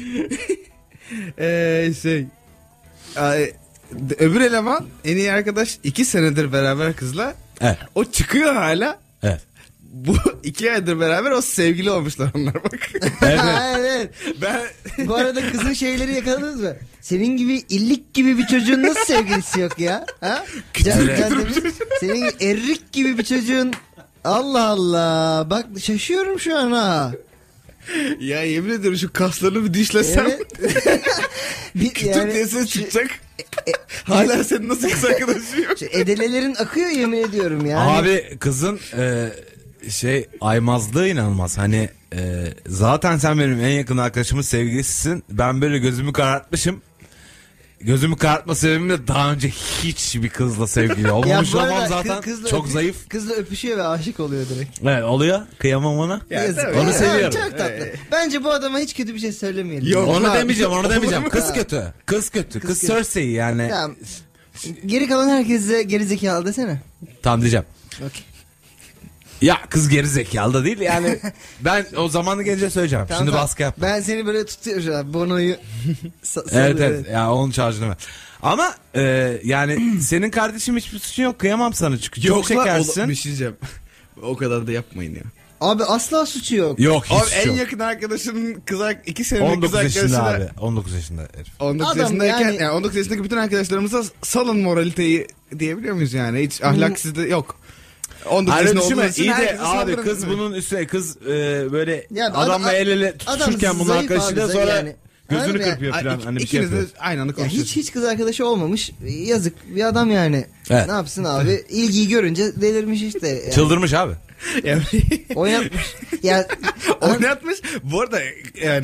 Öbür eleman en iyi arkadaş 2 senedir beraber kızla. Evet. O çıkıyor hala. Evet. Bu 2 aydır beraber o sevgili olmuşlar onlar bak. Evet. Evet. Ben Bu arada kızın şeyleri yakaladınız mı? Senin gibi illik gibi bir çocuğun nasıl sevgilisi yok ya? Ha? Senin gibi errik gibi bir çocuğun, Allah Allah. Bak şaşıyorum şu an ha. ya yemin ediyorum şu kaslarını bir dişlesem. Evet. Kütür diye ses çıkacak. Hala senin nasıl kız arkadaşın yok? Edelelerin akıyor, yemin ediyorum yani. Abi kızın aymazlığı inanılmaz. Hani zaten sen benim en yakın arkadaşımın sevgilisisin. Ben böyle gözümü karartmışım. Gözümü karartma sebebim de daha önce hiç bir kızla sevgili olmamış bu arada olmam zaten. kızla Çok zayıf. Kızla öpüşüyor ve aşık oluyor direkt. Evet oluyor. Kıyamam ona. Yazık. tabii. Onu Ya, seviyorum. Çok tatlı. Bence bu adama hiç kötü bir şey söylemeyelim. Yok. Onu lan. demeyeceğim. Kız kötü. Kız kötü. Kız kötü. Cersei yani. Ya, geri kalan herkese gerizekalı desene. Tam diyeceğim. Okey. Ya kız geri zekalı da değil yani. Ben o zamanı gelince söyleyeceğim. Tamam, Şimdi tamam. baskı yap. Ben seni böyle tutuyorum şu an. Bono'yu Evet. Ya onun şarjını ver. Ama yani senin kardeşim hiçbir suçun yok. Kıyamam sana çünkü çok Yok lan, şekersin. bir şey diyeceğim. O kadar da yapmayın ya. Abi asla suçu yok. Yok hiç Abi en yok. yakın arkadaşının 2 senelik 19 kız yaşında arkadaşıyla abi. 19 yaşında herif. 19 Adam yaşındayken yani- 19 yaşındaki bütün arkadaşlarımıza salın moraliteyi diyebiliyor muyuz yani? Hiç ahlaksızlığı yok. 19 Hani yaşında düşünme olduğunuz için iyi de herkese abi saldırın. kız bunun üstüne kız böyle Ya adamla el ele tutuşurken adam bunun zayıf arkadaşıyla abi, sonra yani. gözünü Anladın mı kırpıyor Ay, falan. Hani bir şey İkiniz de yapıyor. aynı anda Ya konuşuyorsunuz. hiç kız arkadaşı olmamış. Yazık bir adam yani. Evet. Ne yapsın abi? İlgiyi görünce delirmiş işte. Yani. Çıldırmış abi. Yani Oynatmış. Ya oynatmış. Bu arada yani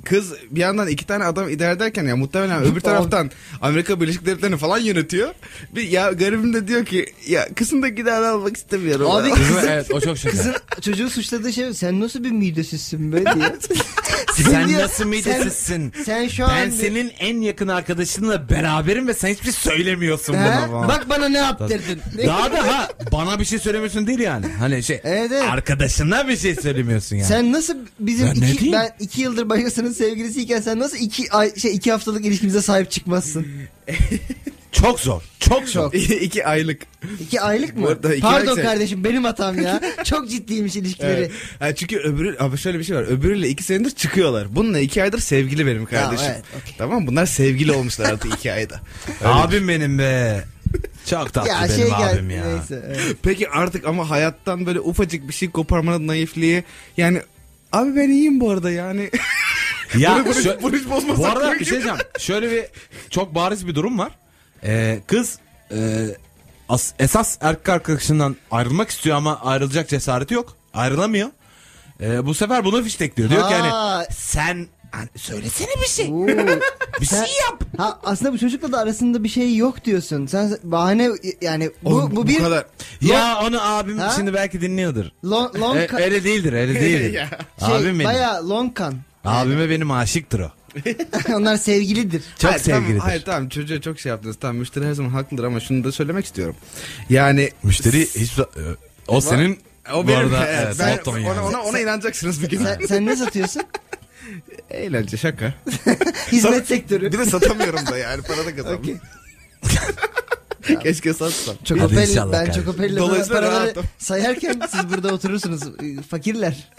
kız bir yandan 2 tane adam idare ederken ya muhtemelen öbür taraftan Amerika Birleşik Devletleri'ni falan yönetiyor. Ya garibim de diyor ki ya kızın da idare almak istemiyorum. Abi Evet, o çok şeker. kızın çocuğu suçladığı şey sen nasıl bir midesizsin be diye. Sen diyor, nasıl midesizsin? Sen şu Ben an senin en yakın arkadaşınla beraberim ve sen hiçbir şey söylemiyorsun He? buna falan. Bak bana ne yaptırdın. Daha da bana bir şey söylemiyorsun değil yani. Hani Evet. arkadaşına bir şey söylemiyorsun yani. Sen nasıl bizim Ben ne diyeyim? ben 2 yıldır başkasının sevgilisiyken sen nasıl 2 haftalık ilişkimize sahip çıkmazsın? Çok zor. Çok zor. 2 aylık. 2 aylık mı? Bu arada 2 Pardon aylık kardeşim benim hatam ya. Çok ciddiymiş ilişkileri. Evet. Yani çünkü abi şöyle bir şey var. Öbürüyle 2 senedir çıkıyorlar. Bununla 2 aydır sevgili benim kardeşim. evet, okey. Tamam, bunlar sevgili olmuşlar artık 2 ayda. Öyle. Abim benim be. Çok tatlı Ya benim gel abim ya. neyse. Evet. Peki artık ama hayattan böyle ufacık bir şey koparmanın naifliği. Yani abi ben iyiyim bu arada yani. Ya Bunu hiç bozmasak. bu arada mümkün. bir şey diyeceğim. Şöyle bir çok bariz bir durum var. Kız esas erkek arkadaşından ayrılmak istiyor ama ayrılacak cesareti yok. Ayrılamıyor. Bu sefer bunu fiştekliyor. Diyor ki Ha. hani sen hani söylesene bir şey. Oo. Bir şey yap. Ha aslında bu çocukla da arasında bir şey yok diyorsun. Sen bahane yani Oğlum, bu bir kadar. Ya onu abim Ha? şimdi belki dinliyordur. long Öyle değildir, öyle değildir. Ya. Abim benim. bayağı long kan. Abime benim aşıktır o. Onlar sevgilidir. Çok Hayır, sevgilidir. Tamam, hayır tamam, çocuğa çok şey yaptınız. Tamam, müşteri her zaman haklıdır ama şunu da söylemek istiyorum. Yani Müşteri hiç o senin o bu benim, arada evet, evet, ben, motton yani. ona inanacaksınız bir gün. Sen ne satıyorsun? Eğlence, şaka. Hizmet sektörü. Bir de satamıyorum da yani, para da kazanmam. Okey. Keşke satsam. Hadi Çokopelli, inşallah ben kardeşim. Çokopelli Dolayısıyla paraları rahatım. sayarken siz burada oturursunuz fakirler.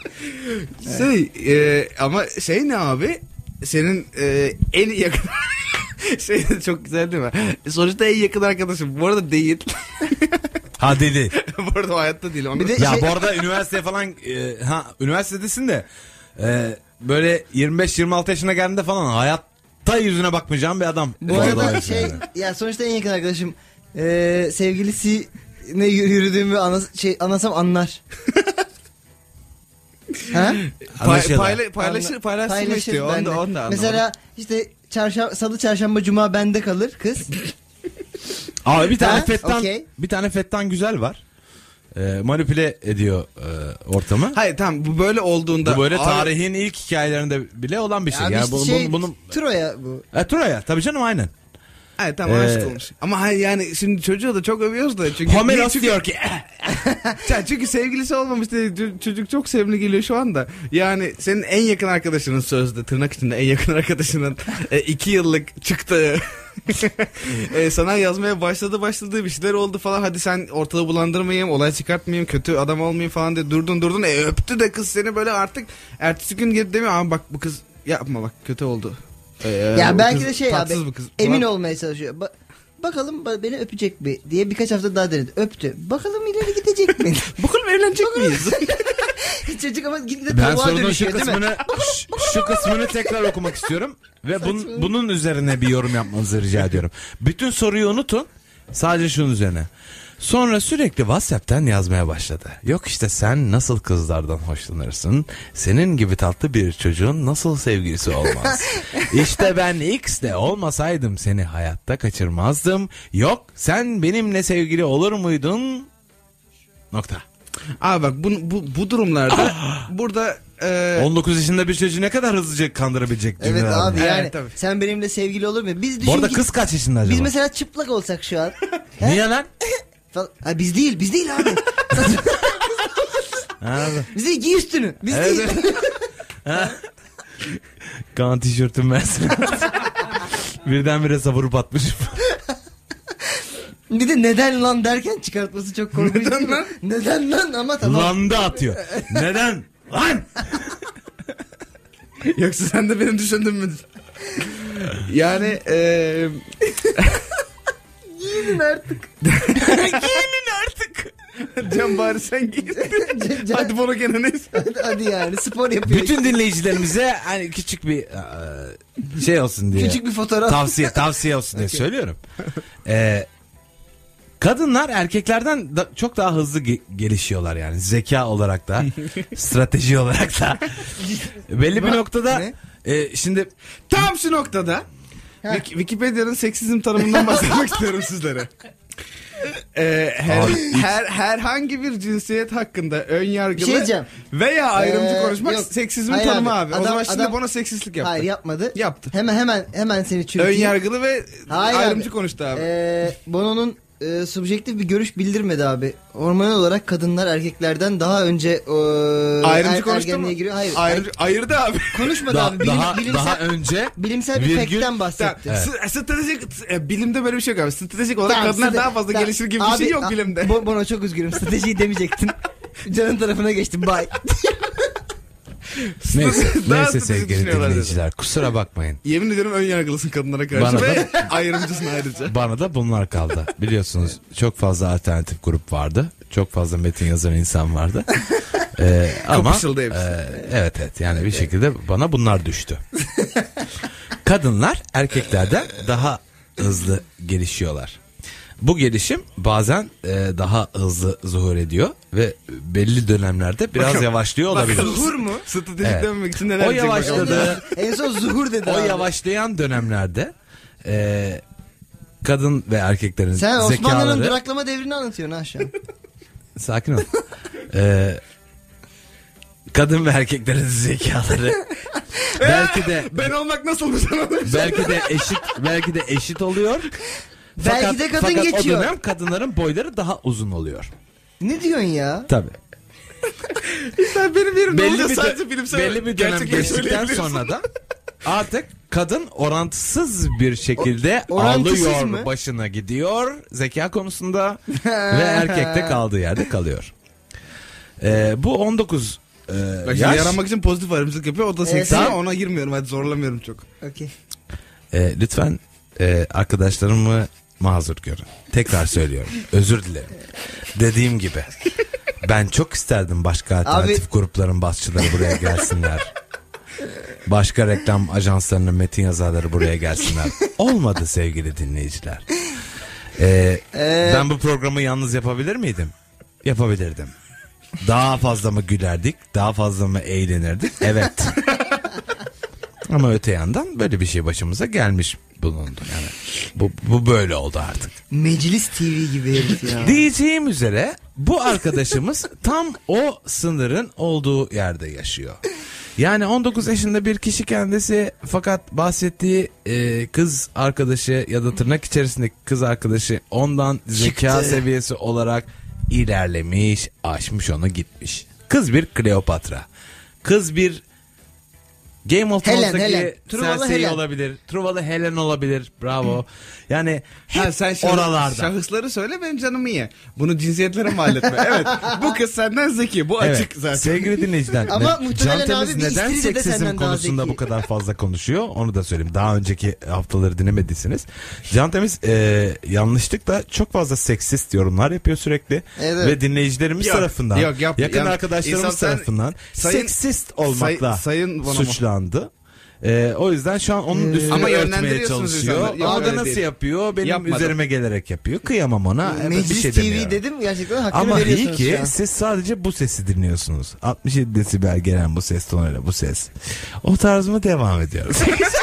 Ama şey ne abi? Senin en yakın şey de çok güzel değil mi? Sonuçta en yakın arkadaşım. Bu arada değil. Ha dedi. Bu arada o hayatta değil. Onu Bir de- Ya Şey- bu arada üniversite falan üniversitedesin de böyle 25-26 yaşına geldiğinde falan hayatta yüzüne bakmayacağım bir adam. Bu arada arada şey ya sonuçta en yakın arkadaşım sevgilisine yürüdüğümü anlasam anlar. Ha? paylaşsın istiyor. ben de. Onu da Mesela işte salı çarşamba cuma bende kalır kız. Abi bir tane Ha? fettan Okey. bir tane fettan güzel var. Manipüle ediyor ortamı. Hayır tamam, bu böyle olduğunda. Bu böyle Abi, tarihin ilk hikayelerinde bile olan bir şey. Abi Yani işte bunun Troya bu. Troya tabii canım aynen. hayır tamam, aşık olmuş. Ama hayır yani şimdi çocuğu da çok övüyoruz da. Çünkü Homeros çünkü, diyor ki çünkü sevgilisi olmamış diye çocuk çok sevimli geliyor şu anda. Yani senin en yakın arkadaşının, sözde tırnak içinde en yakın arkadaşının 2 yıllık çıktığı sana yazmaya başladığı bir şeyler oldu falan. Hadi sen ortalığı bulandırmayayım, olay çıkartmayayım, kötü adam olmayayım falan diye durdun. Öptü de kız seni böyle artık ertesi gün gelip demiyor ama bak bu kız yapma bak kötü oldu. Ya bu belki kız de şey abi tatsız bu kız emin falan. olmaya çalışıyor. Bakalım beni öpecek mi diye birkaç hafta daha denedi. Öptü. Bakalım ileri gidecek mi? Bakalım evlenecek miyiz? Çocuk ama gitgide ben tavuğa sorunun şu dönüşüyor değil mi? kısmını tekrar okumak istiyorum ve bunun üzerine bir yorum yapmanızı rica ediyorum. Bütün soruyu unutun. Sadece şunun üzerine. Sonra sürekli WhatsApp'tan yazmaya başladı. Yok işte sen nasıl kızlardan hoşlanırsın? Senin gibi tatlı bir çocuğun nasıl sevgilisi olmaz? İşte ben X'de olmasaydım seni hayatta kaçırmazdım. Yok sen benimle sevgili olur muydun? Nokta. Abi bak bu durumlarda burada 19 yaşında bir çocuğu ne kadar hızlıca kandırabilecek Evet cümleler abi bunlar. yani Evet, tabii. sen benimle sevgili olur mu? Biz Bu düşün arada ki kız kaç yaşında acaba? biz mesela çıplak olsak şu an. Niye lan? Ha, biz değil abi. Biz değil giy üstünü. Biz Evet. değil. Kaan tişörtüm versin. Birdenbire savurup atmışım. Bir de neden lan derken çıkartması çok korkunç. Neden lan? Neden lan ama tamam. Landa atıyor. Neden? Lan! yoksa sen de benim düşündüğüm mü? Yani Giyinin artık. Giyinin artık. Can bari sen giy. Can- Hadi bunu gene neyse. Hadi yani spor yapıyor. Bütün dinleyicilerimize hani küçük bir şey olsun diye. Küçük bir fotoğraf. Tavsiye olsun diye söylüyorum. Kadınlar erkeklerden çok daha hızlı gelişiyorlar yani zeka olarak da strateji olarak da belli bir noktada Ne? Şimdi Tam şu noktada Wikipedia'nın seksizm tanımından bahsetmek istiyorum sizlere. Herhangi bir cinsiyet hakkında ön yargılı Bir şey diyeceğim. veya ayrımcı konuşmak yok. seksizmin Hayır tanımı abi. O zaman şimdi adam- bana seksistlik yaptı. Hayır yapmadı. Yaptı. Hemen seni Ön çürüteyim. yargılı ve Hayır ayrımcı abi. konuştu abi. Bono'nun subjektif bir görüş bildirmedi abi. Hormonal olarak kadınlar erkeklerden daha önce Ayrımcı konuştu mu? ergenliğe giriyor. Hayır. Ayırdı abi. Konuşmadı abi. Bilimsel, daha önce bilimsel bir virgül- fact'ten Tamam. bahsetti. Stratejik bilimde böyle bir şey yok abi. Stratejik olarak Tamam, kadınlar size- daha fazla tamam. gelişir gibi bir şey yok bilimde. Bono çok üzgünüm. Stratejiyi demeyecektin. Canın tarafına geçtim. Bye. neyse, Daha neyse stratejik sevgili düşünüyorlar dinleyiciler kusura bakmayın. Yemin ediyorum ön yargılısın kadınlara karşı Bana ve ayrımcısın ayrıca. Bana da bunlar kaldı. Biliyorsunuz çok fazla alternatif grup vardı. Çok fazla metin yazan insan vardı. Ama Kapışıldı hepsi. evet yani bir şekilde bana bunlar düştü. Kadınlar erkeklerden daha hızlı gelişiyorlar. Bu gelişim bazen daha hızlı zuhur ediyor ve belli dönemlerde biraz Bakalım. yavaşlıyor olabilir. Zuhur mu? Stratejik Evet. dememek için neler O diyecek yavaşladı. bakalım. En son zuhur dedi O abi. yavaşlayan dönemlerde kadın ve erkeklerin Sen Osmanlı'nın zekaları... duraklama devrini anlatıyorsun ha şu an. Sakin ol. Kadın ve erkeklerin zekaları Ben olmak nasıl bir sanatım? belki de eşit oluyor. Belki de kadın fakat geçiyor. o dönem kadınların boyları daha uzun oluyor. Ne diyorsun ya? Tabii. Sen benim yerimde Belli olunca bir, sadece bilimsel belli bir dönem gerçekleri geçtikten söyleyebiliyorsun. sonra da artık kadın orantısız bir şekilde orantısız alıyor mı? başına gidiyor zeka konusunda ve erkekte kaldığı yerde kalıyor. Bu 19 Bak şimdi yaş. yaranmak için pozitif ayrımcılık yapıyor. O da seksi sen- ama ona girmiyorum. Hadi zorlamıyorum çok. Okey. Lütfen arkadaşlarımı mazur görün. Tekrar söylüyorum. Özür dilerim. Dediğim gibi ben çok isterdim başka alternatif grupların basçıları buraya gelsinler. Başka reklam ajanslarının metin yazarları buraya gelsinler. Olmadı sevgili dinleyiciler. Ben bu programı yalnız yapabilir miydim? Yapabilirdim. Daha fazla mı gülerdik? Daha fazla mı eğlenirdik? Evet. Ama öte yandan böyle bir şey başımıza gelmiş bulundu. Yani bu böyle oldu artık. Meclis TV gibi herif ya. Diyeceğim üzere bu arkadaşımız tam o sınırın olduğu yerde yaşıyor. Yani 19 yaşında bir kişi kendisi fakat bahsettiği kız arkadaşı ya da tırnak içerisindeki kız arkadaşı ondan zeka seviyesi olarak ilerlemiş, aşmış onu gitmiş. Kız bir Kleopatra. Kız bir Game of Helen. Thrones'daki Truvalı Cersei Helen. olabilir. Truvalı Helen olabilir. Bravo. Yani hep Ha, sen oralarda. şahısları söyle benim canımı ye. Bunu cinsiyetlere mal etme. Evet. Bu kız senden zeki. Bu açık zaten. Sevgili dinleyiciler. Ama muhtemelen Can Temiz abi bir neden İstiridye de seksizm senden daha konusunda zeki. bu kadar fazla konuşuyor? Onu da söyleyeyim. Daha önceki haftaları dinlemediyseniz. Can Temiz yanlışlıkla çok fazla seksist yorumlar yapıyor sürekli. Evet. Ve dinleyicilerimiz Yok, tarafından, yok, yakın yani arkadaşlarımız insan sen- tarafından seksist olmakla sayın Bonomo. suçlandı. O yüzden şu an onun üstüne Ama örtmeye yönlendiriyorsunuz çalışıyor. insanları. Yok, Ama da öyle nasıl değil. yapıyor? Benim Yapmadım. üzerime gelerek yapıyor. Kıyamam ona. Evet, bir Meclis şey TV demiyorum. dedim gerçekten hakkını Ama iyi veriyorsunuz ki şu an. siz sadece bu sesi dinliyorsunuz. 67 desibel gelen bu ses tonuyla bu ses. O tarzıma devam ediyoruz.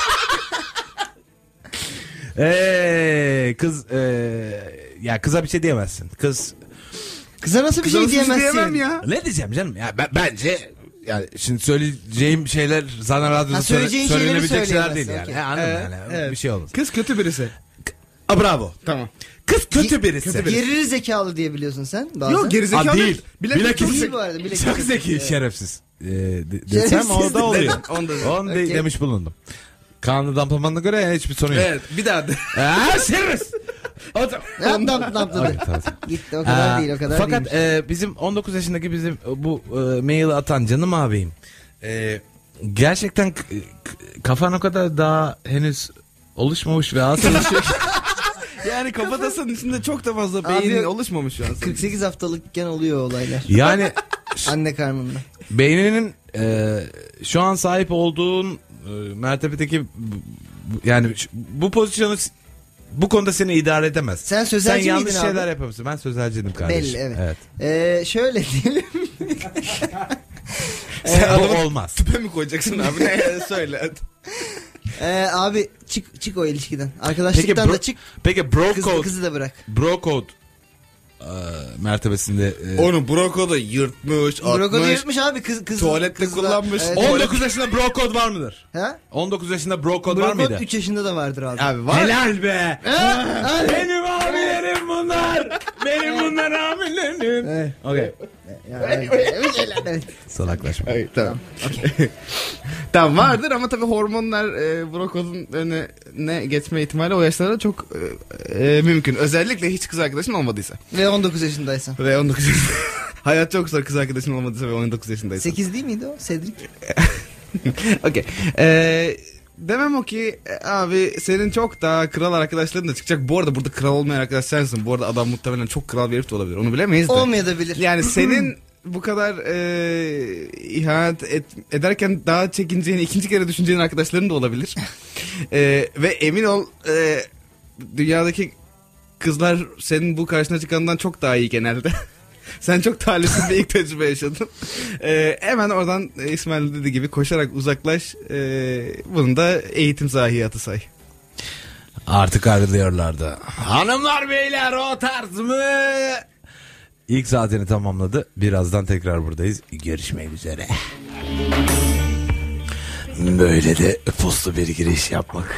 Kız ya kıza bir şey diyemezsin. Kız Kıza nasıl bir Kıza şey nasıl bir şey diyemezsin? diyemem ya. ne diyeceğim canım? Ya bence yani şimdi söyleyeceğim şeyler zaten radyoda söyleyeceğin şeyleri söylenebilecek şeyler değil söyleyemezsin, yani. okey. Anladın mı? Yani Evet. bir şey olmaz. Kız kötü birisi. Bravo. Tamam. Kız kötü birisi. Geri zekalı diye biliyorsun sen bazen. Yok gerizekalı Aa, değil. Bilakis çok Değil zeki. bu arada. Bilakis Çok çok zeki, Evet. şerefsiz. Desem Şerefsiz orada oluyor. Onu da Onu Okey. demiş bulundum. Kanunu damplamanına göre yani hiçbir sorun yok. Evet bir daha de. Şerefsiz. Ne yaptı? Okey, tamam. Gitti o kadar değil o kadar fakat değilmiş. bizim 19 yaşındaki bizim bu maili atan canım abim gerçekten kafan o kadar daha henüz oluşmamış ve az çalışıyor. Yani kafatasının içinde çok da fazla Abi, beynin oluşmamış şu an. 48 haftalıkken oluyor olaylar. Yani Anne karnında. beyninin şu an sahip olduğun mertebedeki yani bu pozisyonu bu konuda seni idare edemez. Sen sözelci yanlış miydin şeyler abi? yapamazsın. Ben sözelciydim kardeşim. Belli evet. Şöyle diyelim. Sen, bu olmaz. Tüpe mi koyacaksın abi? Ne söyle hadi. Abi çık o ilişkiden. Arkadaşlıktan da çık. Peki bro code, Kızı da bırak. bro code mertebesinde Onu Broko'da yırtmış, Broko'da atmış. yırtmış abi kız. Tuvalette kullanmış. 19 yaşında bro code var mıdır? Ha? 19 yaşında bro code var mıydı? Brokot 3 yaşında da vardır abi. Abi var. Helal be. Benim abilerim bunlar. Benim bunlar abilerim. Evet. Okey. Evet. Salaklaşma. Ay, tamam. Tamam vardır ama tabii hormonlar Broko'nun önüne geçme ihtimali o yaşlarda çok mümkün. Özellikle hiç kız arkadaşın olmadıysa. Ve 19 yaşındaysan. Ve 19 yaşında. Hayat çok zor kız arkadaşın olmadıysa ve 19 yaşındaysan. 8 değil miydi o? Cedric. Okey. Demem o ki abi senin çok daha kral arkadaşların da çıkacak. Bu arada burada kral olmayan arkadaş sensin. Bu arada adam muhtemelen çok kral bir herif de olabilir. Onu bilemeyiz de. Olmayabilir. Yani senin bu kadar ihanet ederken daha çekineceğini, ikinci kere düşüneceğin arkadaşların da olabilir. Ve emin ol dünyadaki kızlar senin bu karşına çıkandan çok daha iyi genelde. Sen çok talihsiz bir ilk tecrübe yaşadın. Hemen oradan İsmail dediği gibi koşarak uzaklaş. Bunu da eğitim zahiyatı say. Artık ayrılıyorlardı. Hanımlar beyler o tarz mı? İlk saatini tamamladı. Birazdan tekrar buradayız. Görüşmek üzere. Böyle de puslu bir giriş yapmak.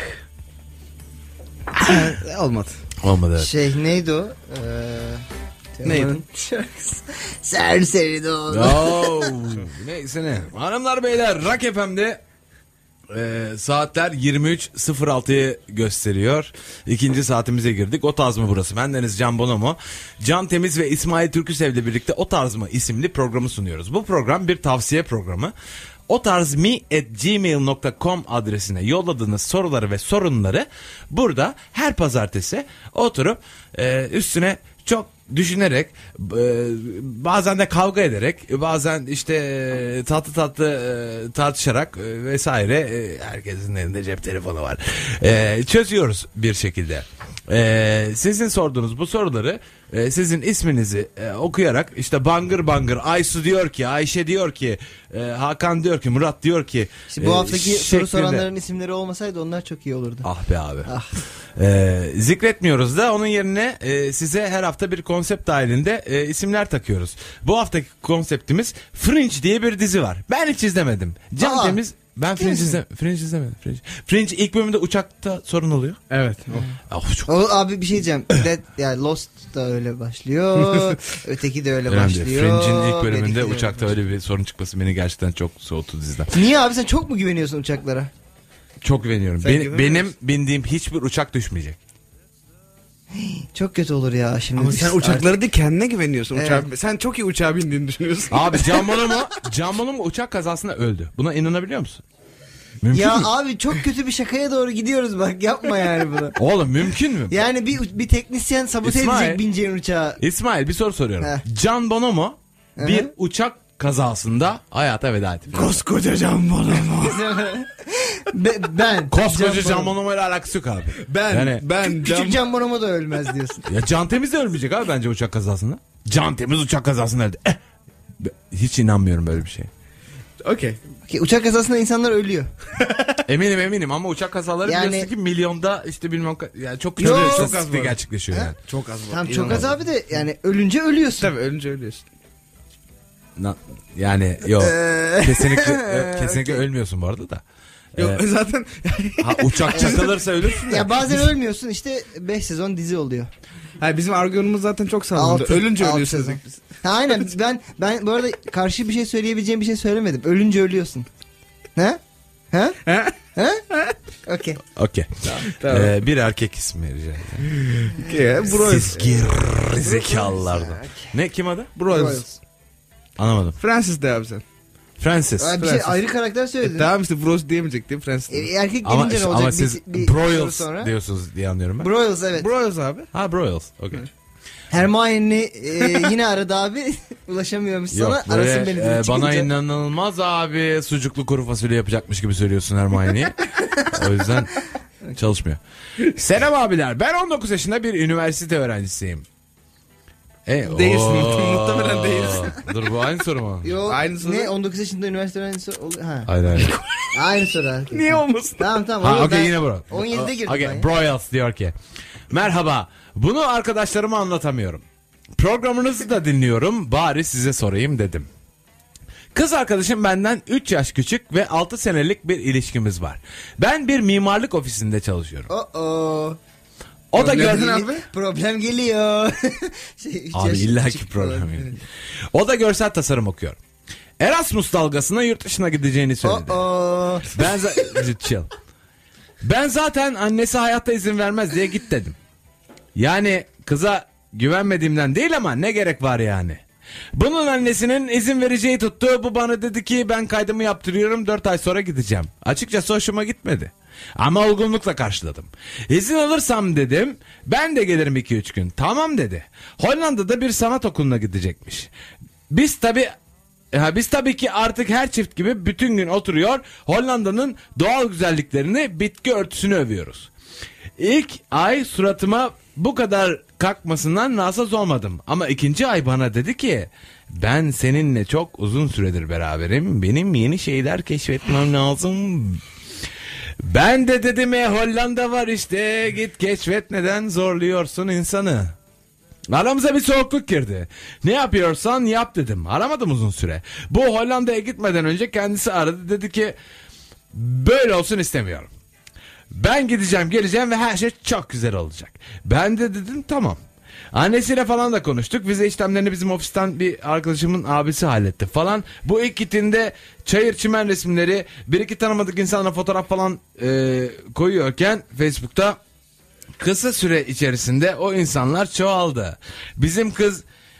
Olmadı. Olmadı. Neydi o? Neydi? Serseri doğdu. Neyse ne. Hanımlar beyler Rock FM'de saatler 23.06'yı gösteriyor. İkinci saatimize girdik. O tarz mı burası? Bendeniz Can Bonomo. Can Temiz ve İsmail Türküsev'le birlikte O Tarz mı isimli programı sunuyoruz. Bu program bir tavsiye programı. otarzme@gmail.com adresine yolladığınız soruları ve sorunları burada her pazartesi oturup üstüne çok düşünerek bazen de kavga ederek bazen işte tatlı tartışarak vesaire herkesin elinde cep telefonu var çözüyoruz bir şekilde. Sizin sorduğunuz bu soruları sizin isminizi okuyarak işte bangır bangır Aysu diyor ki, Ayşe diyor ki, Hakan diyor ki, Murat diyor ki İşte bu haftaki soru şeklinde. soranların isimleri olmasaydı onlar çok iyi olurdu. Ah be abi. Ah. Zikretmiyoruz da onun yerine size her hafta bir konsept dahilinde isimler takıyoruz. Bu haftaki konseptimiz Fringe diye bir dizi var. Ben hiç izlemedim. Can Temiz ben Fringe izlemedim. Fringe ilk bölümde uçakta sorun oluyor. Evet. Çok Abi bir şey diyeceğim. Yani Lost da öyle başlıyor. Öteki de öyle önemli. başlıyor. Fringe'in ilk bölümünde Benimki de uçakta öyle bir sorun çıkması beni gerçekten çok soğuttu diziden. Niye abi sen çok mu güveniyorsun uçaklara? Çok güveniyorum. Sen güveniyor Benim musun? bindiğim hiçbir uçak düşmeyecek. Çok kötü olur ya şimdi. Ama sen uçakları değil kendine güveniyorsun. Evet. Sen çok iyi uçağa bindiğini düşünüyorsun. Abi Can Bonomo uçak kazasında öldü. Buna inanabiliyor musun? Mümkün Ya mü? abi çok kötü bir şakaya doğru gidiyoruz bak yapma yani bunu. Oğlum mümkün mü? Yani bir teknisyen sabote İsmail. edecek bineceğin uçağı. İsmail bir soru soruyorum. Heh. Can Bonomo Hı-hı. bir uçak kazasında hayata veda etti. Koskoca Can Bonomo. Ben. Koskoca Can Bonomo. Bonomo ile alakası yok abi. Ben Küçük Can Bonomo da ölmez diyorsun. Ya Can Temiz de ölmeyecek abi bence uçak kazasında. Can Temiz uçak kazasında öldü. Hiç inanmıyorum böyle bir şeye. Okey. Uçak kazasında insanlar ölüyor. Eminim ama uçak kazaları Yani- biliyorsun ki milyonda işte bilmem yani çok Yok. kötü Çok az istatistikle var. gerçekleşiyor yani. Çok az var. Tam çok az İnanılmaz. abi de yani ölünce ölüyorsun. Tabii ölünce ölüyorsun. Yani yok kesinlikle ölmüyorsun bu arada da. Yok zaten Uçak çakılırsa ölürsün de. Ya bazen ölmüyorsun işte 5 sezon dizi oluyor. hayır, bizim argümanımız zaten çok sağlamdı. Ölünce ölüyorsun. sezon. Ha, aynen ben bu arada karşı bir şey söyleyebileceğim bir şey söylemedim. Ölünce ölüyorsun. He? He? He? He? Okey. Okey. Tamam. Bir erkek ismi rica ederim. Broyles. Siz gerizekalılardan. Ne kim adı? Broyles. Anlamadım. Francis de abi sen. Francis. Abi bir şey Francis. ayrı karakter söyledin. Tamam işte Bros diyemeyecektim Francis. Erkek Ama, gelince ne olacak? ama siz bir soru Broyles sonra. diyorsunuz diye anlıyorum ben. Broyles evet. Broyles abi. Ha Broyles. Okey. Hermione'ni yine aradı abi. Ulaşamıyormuş sana. Yok Arasın böyle beni diye bana çıkınca. inanılmaz abi sucuklu kuru fasulye yapacakmış gibi söylüyorsun Hermione'yi. O yüzden çalışmıyor. Abiler ben 19 yaşında bir üniversite öğrencisiyim. Değilsin, muhtemelen değilsin. Dur bu aynı soru mu? Yok Aynı soru. ne 19 yaşında üniversite öğrencisi oluyor. Ha. Hayır. Aynı soru herkes. Niye olmasın? Tamam. Ha, Olur, okey ben yine bro. 17'de girdim ben ya. Broyles diyor ki. Merhaba. Bunu arkadaşlarıma anlatamıyorum. Programınızı da dinliyorum. Bari size sorayım dedim. Kız arkadaşım benden 3 yaş küçük ve 6 senelik bir ilişkimiz var. Ben bir mimarlık ofisinde çalışıyorum. O da gördün abi. Problem geliyor. Abi illaki problem. O da görsel tasarım okuyor. Erasmus dalgasına yurt dışına gideceğini söyledi. Chill. Ben zaten annesi hayatta izin vermez diye git dedim. Yani kıza güvenmediğimden değil ama ne gerek var yani. Bunun annesinin izin vereceği tuttu. Bu bana dedi ki ben kaydımı yaptırıyorum 4 ay sonra gideceğim. Açıkçası hoşuma gitmedi. Ama olgunlukla karşıladım. İzin alırsam dedim ben de gelirim 2-3 gün. Tamam dedi. Hollanda'da bir sanat okuluna gidecekmiş. Biz tabii ki artık her çift gibi bütün gün oturuyor Hollanda'nın doğal güzelliklerini, bitki örtüsünü övüyoruz. İlk ay suratıma bu kadar kalkmasından rahatsız olmadım. Ama ikinci ay bana dedi ki ben seninle çok uzun süredir beraberim. Benim yeni şeyler keşfetmem lazım. Ben de dedim Hollanda var işte git keşfet, neden zorluyorsun insanı? Aramıza bir soğukluk girdi. Ne yapıyorsan yap dedim. Aramadım uzun süre. Bu Hollanda'ya gitmeden önce kendisi aradı. Dedi ki böyle olsun istemiyorum. Ben gideceğim geleceğim ve her şey çok güzel olacak. Ben de dedim tamam. Annesiyle falan da konuştuk. Vize işlemlerini bizim ofisten bir arkadaşımın abisi halletti falan. Bu ilk gittiğinde çayır çimen resimleri, bir iki tanımadık insanla fotoğraf falan koyuyorken Facebook'ta kısa süre içerisinde o insanlar çoğaldı. Bizim kız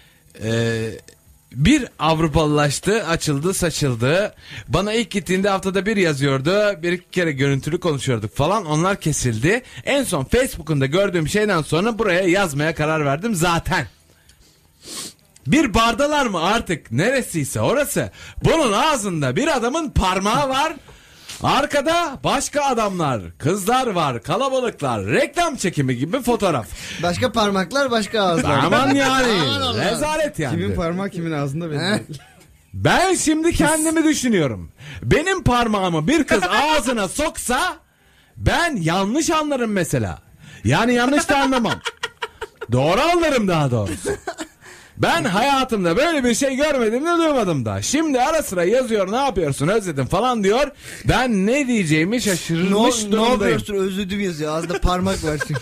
bir Avrupalılaştı, açıldı, saçıldı. Bana ilk gittiğinde haftada bir yazıyordu. Bir iki kere görüntülü konuşuyorduk falan. Onlar kesildi. En son Facebook'un da gördüğüm şeyden sonra buraya yazmaya karar verdim zaten. Bir bardalar mı artık neresiyse orası. Bunun ağzında bir adamın parmağı var. Arkada başka adamlar, kızlar var, kalabalıklar, reklam çekimi gibi fotoğraf. Başka parmaklar, başka ağızlar. Aman yani, rezalet yani. Kimin parmağı kimin ağzında belli. Ben şimdi kendimi düşünüyorum. Benim parmağımı bir kız ağzına soksa ben yanlış anlarım mesela. Yani yanlış da anlamam. Doğru anlarım daha doğrusu. Ben hayatımda böyle bir şey görmedim de duymadım da. Şimdi ara sıra yazıyor ne yapıyorsun özledim falan diyor. Ben ne diyeceğimi şaşırmış Ne durumdayım. yapıyorsun özledim yazıyor. Ağzında parmak var çünkü.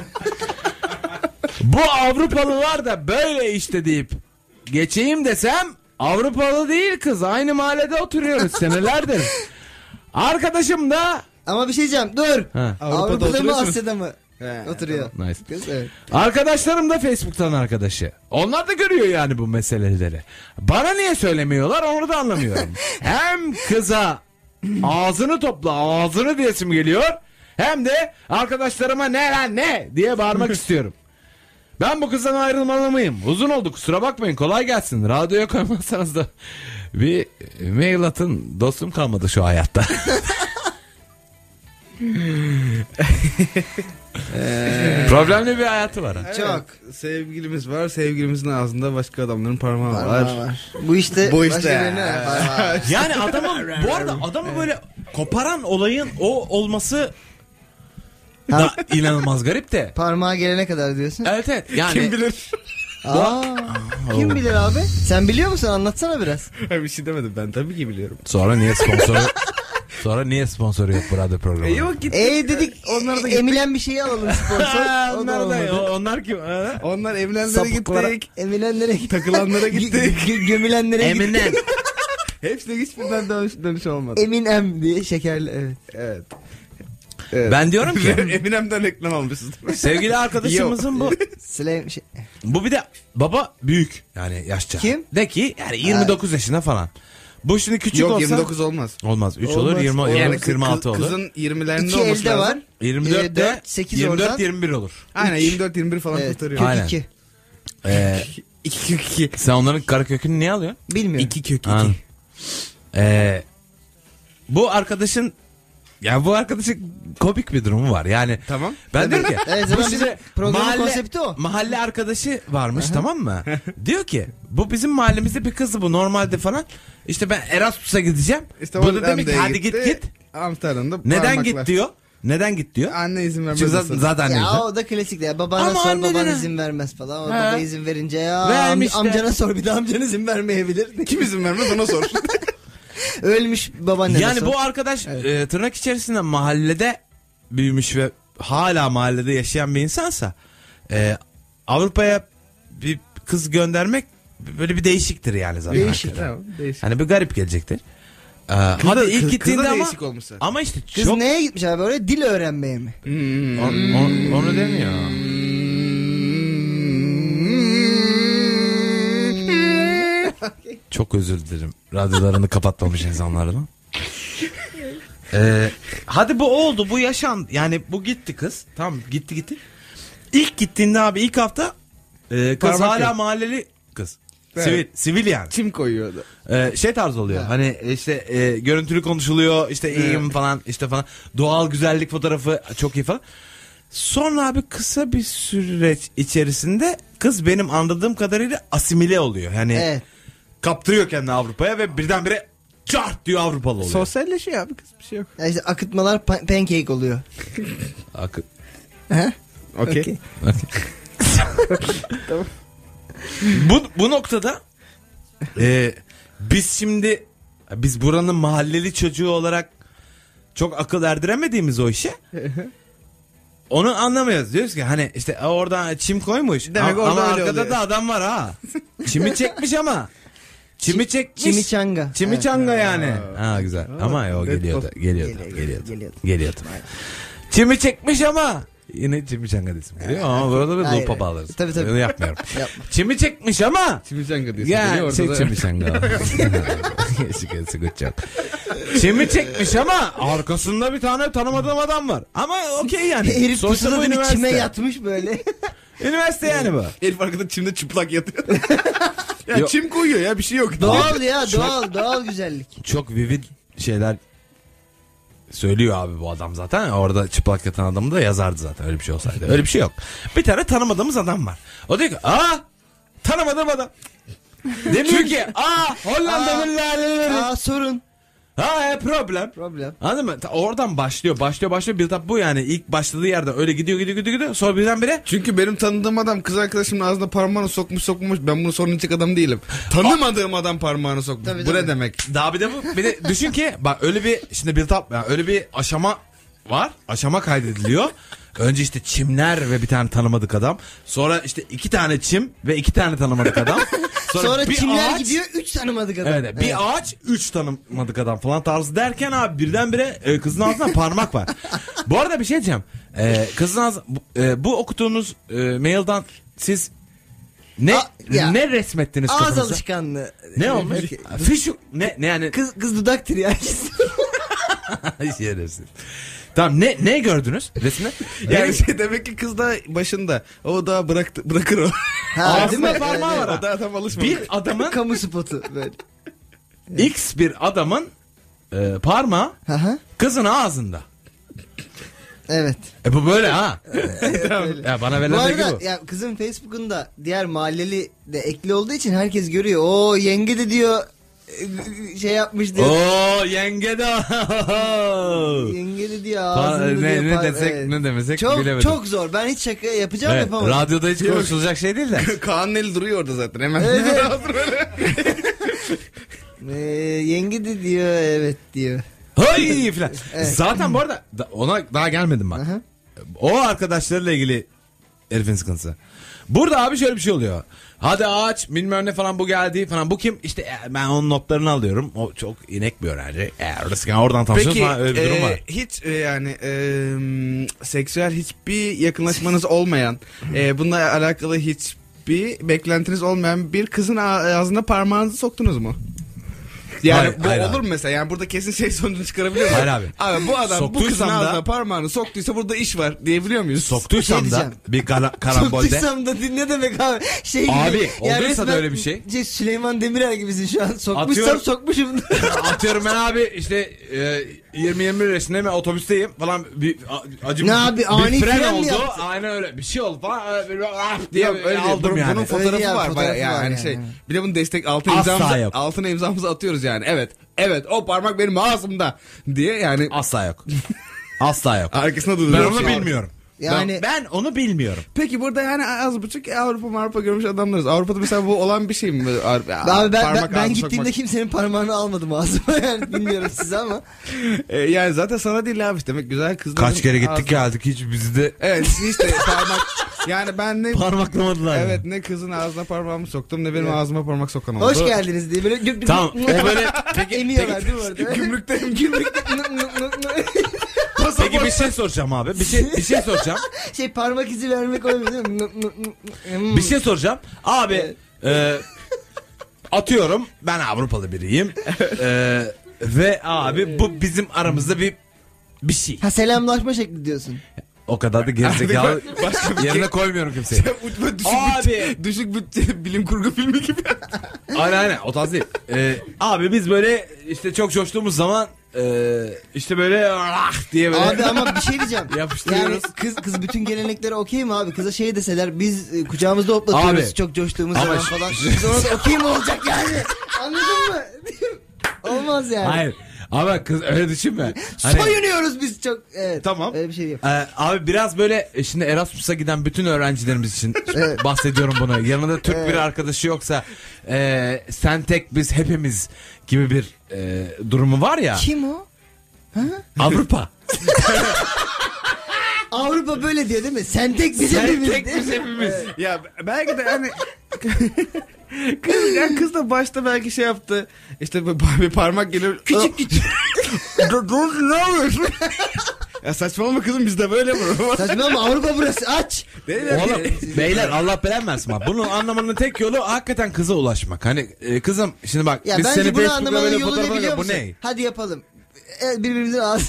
Bu Avrupalılar da böyle işte deyip geçeyim desem Avrupalı değil kız. Aynı mahallede oturuyoruz senelerdir. Arkadaşım da... Ama bir şey diyeceğim dur. Avrupa'da mı Asya'da mı? Oturuyor. Nice. Kız, evet. Arkadaşlarım da Facebook'tan arkadaşı. Onlar da görüyor yani bu meseleleri. Bana niye söylemiyorlar onu da anlamıyorum. Hem kıza ağzını topla ağzını diyesim geliyor. Hem de arkadaşlarıma ne lan ne diye bağırmak istiyorum. Ben bu kızdan ayrılmalı mıyım? Uzun oldu kusura bakmayın kolay gelsin. Radyoya koymazsanız da bir mail atın, dostum kalmadı şu hayatta. Problemli bir hayatı var. Evet, çok. Sevgilimiz var. Sevgilimizin ağzında başka adamların parmağı Parmağı var. Bu işte. Bu işte. Başka birine parmağı. Yani adamın bu arada adamı böyle koparan olayın o olması da inanılmaz garip de. Parmağa gelene kadar diyorsun. Evet evet. Yani Kim bilir? Kim bilir abi? Sen biliyor musun? Anlatsana biraz. Bir şey demedim ben tabii ki biliyorum. Sonra niye sponsoru yok bu radyo programı? Yok git. Dedik onlara da Eminem bir şeyi alalım sponsor. Onlar kim? Onlar evlenenlere Sapıklara- gittik. Eminenlere gittik. Takılanlara gittik. Gömülenlere gittik. Eminem. Hepsine hiçbirinden dönüş olmadı. Eminem diye şekerli evet. Evet. Evet. Ben diyorum ki Eminem'den reklam almışız. sevgili arkadaşımızın bu bir de baba büyük yani yaşça. Kim? De ki yani 29 yaşında falan. Bu şimdi küçük Yok olsa 29 olmaz. Olmaz. 3 Olmaz. olur 20 Olmaz. yani 26 olur. Kızın 20'lerinde İki olması elde lazım. var. 24 de 4, 8 24 oradan. 21 olur. Aynen 24-21 falan Evet. kurtarıyor. Kök Aynen. 2. 2 Sen onların kara kökünü niye alıyorsun? Bilmiyorum. 2 kök 2. Anladım. Bu arkadaşın komik bir durumu var. Yani Tamam. ben diyorum ki Evet, bu zaten şimdi bizim programın konsepti o. mahalle arkadaşı varmış tamam mı? Diyor ki bu bizim mahallemizde bir kızı bu normalde falan. İşte ben Erasmus'a gideceğim. İşte Bu o da demek ki Hollanda'ya hadi gitti. git. Amsterdam'da Neden parmaklar. git diyor? Neden git diyor? Anne izin vermez. Çünkü misin? zaten ne Ya güzel. o da klasik ya. Babana Ama sor, anne baban de- izin vermez falan. O Ha. baba izin verince ya Vermiş de. amcana sor, bir de amcan izin vermeyebilir. Kim izin vermez ona sor. Ölmüş babaannene Yani sor. bu arkadaş tırnak içerisinde mahallede büyümüş ve hala mahallede yaşayan bir insansa Avrupa'ya bir kız göndermek böyle bir değişiktir yani zaten. Değişik. Tamam, değişik. Hani bir garip gelecektir. Kız Hadi da- ilk kız gittiğinde da ama değişik olmuş zaten. ama işte Kız çok neye gitmiş abi oraya? Dil öğrenmeye mi? onu demiyor. Çok özür dilerim. Radyolarını kapatmamış insanlardan. Hadi bu oldu, bu yaşandı. Yani bu gitti kız. Tamam, gitti. İlk gittiğinde abi ilk hafta kız Parmak hala yok. mahalleli kız. Evet. Sivil yani. Çim koyuyordu. Şey tarzı oluyor. Ha. Hani işte görüntülü konuşuluyor. İşte iyiyim falan işte falan. Doğal güzellik fotoğrafı çok iyi falan. Sonra abi kısa bir süreç içerisinde kız benim anladığım kadarıyla asimile oluyor. Yani Evet. kaptırıyor kendini Avrupa'ya ve birdenbire çart diyor Avrupalı oluyor. Sosyalleşiyor abi kız, bir şey yok. Ya işte akıtmalar pancake oluyor. He? Okey. Tamam. Bu noktada biz buranın mahalleli çocuğu olarak çok akıl erdiremediğimiz o işe onu anlamıyoruz. Diyoruz ki hani işte orada çim koymuş. Demek ama orada öyle arkada oluyor. da adam var ha. Çimi çekmiş ama. Çimi çekmiş. Chimichanga. Çimichanga yani. Ha güzel. Ama o geliyordu. Çimi çekmiş ama yine çimichanga desim geliyor ama burada bir Hayır. loop'a bağlarız. Tabii. Bunu yapmıyorum. Yapma. Çimi çekmiş ama Chimichanga diyorsun. ya Orada da- çimichanga. Sıkıntı yok. Çimi çekmiş ama arkasında bir tane tanımadığım adam var. Ama okey yani. Herif Sonuçta bu pusuda bir üniversite. çime yatmış böyle. Üniversite yani bu. Herif arkada çimde çıplak yatıyor. Ya Yok. çim koyuyor ya, bir şey yok. Doğal ya, doğal güzellik. Çok vivid şeyler söylüyor abi bu adam zaten. Orada çıplak yatan adamı da yazardı zaten öyle bir şey olsaydı. Öyle bir şey yok. Bir tane tanımadığımız adam var. O diyor ki tanımadığım adam. Demiyor ki Hollanda Sorun. problem. Anladın mı? Oradan başlıyor. Bir tap bu yani. İlk başladığı yerde öyle gidiyor. Sonra birdenbire Çünkü benim tanıdığım adam kız arkadaşımın ağzına parmağını sokmuş. Ben bunu sorunacak adam değilim. Tanımadığım adam parmağını sokmuş. Tabii, Bu tabii. ne demek? daha bir de düşün ki bak öyle bir şimdi bir tap yani öyle bir aşama var. Aşama kaydediliyor. Önce işte çimler ve bir tane tanımadık adam. Sonra işte 2 tane çim ve 2 tane tanımadık adam. Sonra bir çimler ağaç, gidiyor 3 tanımadık adam. Evet, bir ağaç 3 tanımadık adam falan tarzı derken abi birdenbire kızın ağzına parmak var. Bu arada bir şey diyeceğim. Kızın ağzı bu okuduğunuz mailden siz ne resmettiniz Ağız kafanıza? alışkanlığı. Ne olmuş? Fişu ne yani? Kız dudak tiryakisi. Şerefsiz. Tamam ne gördünüz resimde? Yani demek ki kız da başında. O da bırakır o. Ha, değil mi? Ağzında parmağı var ha. O da tam alışmamış. Bir adamın Kamu spotu böyle. X bir adamın parmağı Aha. kızın ağzında. Evet. Bu böyle ha. Ya bana Bu verilen bilgi arada bu. ya kızın Facebook'unda diğer mahalleli de ekli olduğu için herkes görüyor. O yenge de diyor şey yapmış diyor. Oo yenge de. Yenge de diyor ağzında ne diyor. desek Evet. ne demesek Çok bilemedim. çok zor. Ben hiç şaka yapacağım Evet, yapamadım. radyoda hiç konuşulacak şey değil de. Kaan'ın eli duruyor orada zaten. Hemen. Evet. Yenge de diyor evet diyor. Hay filan. Evet. Zaten bu arada ona daha gelmedim bak. Aha. O arkadaşlarıyla ilgili herifin sıkıntısı. Burada abi şöyle bir şey oluyor. Hadi ağaç bilmem ne falan bu geldi falan. Bu kim? İşte ben onun notlarını alıyorum. O çok inek bir öğrenci. Yani oradan tanışıyoruz Peki falan öyle bir durum var. hiç yani seksüel hiçbir yakınlaşmanız olmayan bununla alakalı hiçbir beklentiniz olmayan bir kızın ağzına parmağınızı soktunuz mu? Yani Hayır, bu hayır olur abi. mu mesela? Yani burada kesin şey sonucunu çıkarabiliyor muyuz? Hayır abi. Abi bu adam bu kızın Soktuysam da- ağzına parmağını soktuysa burada iş var diyebiliyor muyuz? Soktuysam Şey da diyeceğim. bir karambolde. Soktuysam da ne demek abi? Şey gibi, Abi, olduysa resmen da öyle bir şey. Süleyman Demirel gibisin şu an. Sokmuşsam Atıyorum. sokmuşum. Atıyorum ben abi işte 20-21 yaşındayım ben otobüsteyim falan bir acı Ne abi, ani fren fren mi oldu. yaptın? Aynen öyle bir şey oldu falan diye Yok, öyle değil. aldım yani. Bunun fotoğrafı Öyle ya, var. fotoğrafı bayağı var yani yani. şey. Bir de bunun destek Asla yok. altına imzamızı atıyoruz yani. yani. Evet o parmak benim ağzımda diye yani. Asla yok. Asla yok. Arkasına Ben duruyor. onu bilmiyorum. Yani Ben onu bilmiyorum. Peki burada yani az buçuk Avrupa görmüş adamlarız. Avrupa'da mesela bu olan bir şey mi? abi ben Ağzına gittiğimde sokmak. kimsenin parmağını almadım ağzıma yani bilmiyorum size ama. Yani zaten sana değil abi. Demek güzel kızların. Kaç kere gittik ağzı- geldik hiç bizi de Evet işte parmak. Yani ben ne parmaklamadılar. evet ne kızın ağzına parmağımı soktum ne benim ağzıma parmak sokan oldu. Hoş geldiniz diye böyle Tamam. O böyle emiyorlar değil mi orada? Gümrükteyim. peki bir şey soracağım abi. Bir şey soracağım. Şey parmak izi vermek olmuyor değil mi? Bir şey soracağım. Abi atıyorum ben Avrupalı biriyim. Ve abi bu bizim aramızda bir şey. Ha selamlaşma şekli diyorsun. O kadar da gerizekalı Başka bir yerine koymuyorum kimseyi. Abi. düşük bütçe bilim kurgu filmi gibi. Aynen o tarz değil. Abi biz böyle işte çok coştuğumuz zaman işte böyle diye böyle. Abi ama bir şey diyeceğim. Yapıştırıyoruz. Yani kız bütün geleneklere okey mi abi? Kıza şey deseler biz kucağımızda hoplatıyoruz Abi. çok coştuğumuz Ama zaman falan. Kız ona da okey mi olacak yani? Anladın mı? Olmaz yani. Hayır. Ama kız öyle düşünme. Hani, Soyunuyoruz biz çok. Evet. Tamam. Öyle bir şey yok. Abi biraz böyle şimdi Erasmus'a giden bütün öğrencilerimiz için Evet. bahsediyorum bunu. Yanında Türk bir arkadaşı yoksa sen tek biz hepimiz gibi bir durumu var ya. Kim o? Avrupa. Avrupa böyle diyor değil mi? Sen tek biz Sen hepimiz. tek biz hepimiz. Ya belki de hani kız da başta belki şey yaptı. İşte bir parmak geliyor. Küçük küçük. Dur ne yapıyorsun? Ya saçmalama kızım bizde böyle mi? Saçmalama Avrupa burası aç. Değil mi? Oğlum beyler Allah belanı versin bak. Bunun anlamanın tek yolu hakikaten kıza ulaşmak. Hani kızım şimdi bak Ya biz bence seni bunu Facebook'ta anlamanın böyle yolu ne fotoğrafına biliyor bu musun? ne? Hadi yapalım. Evet, birbirimizin ağzı.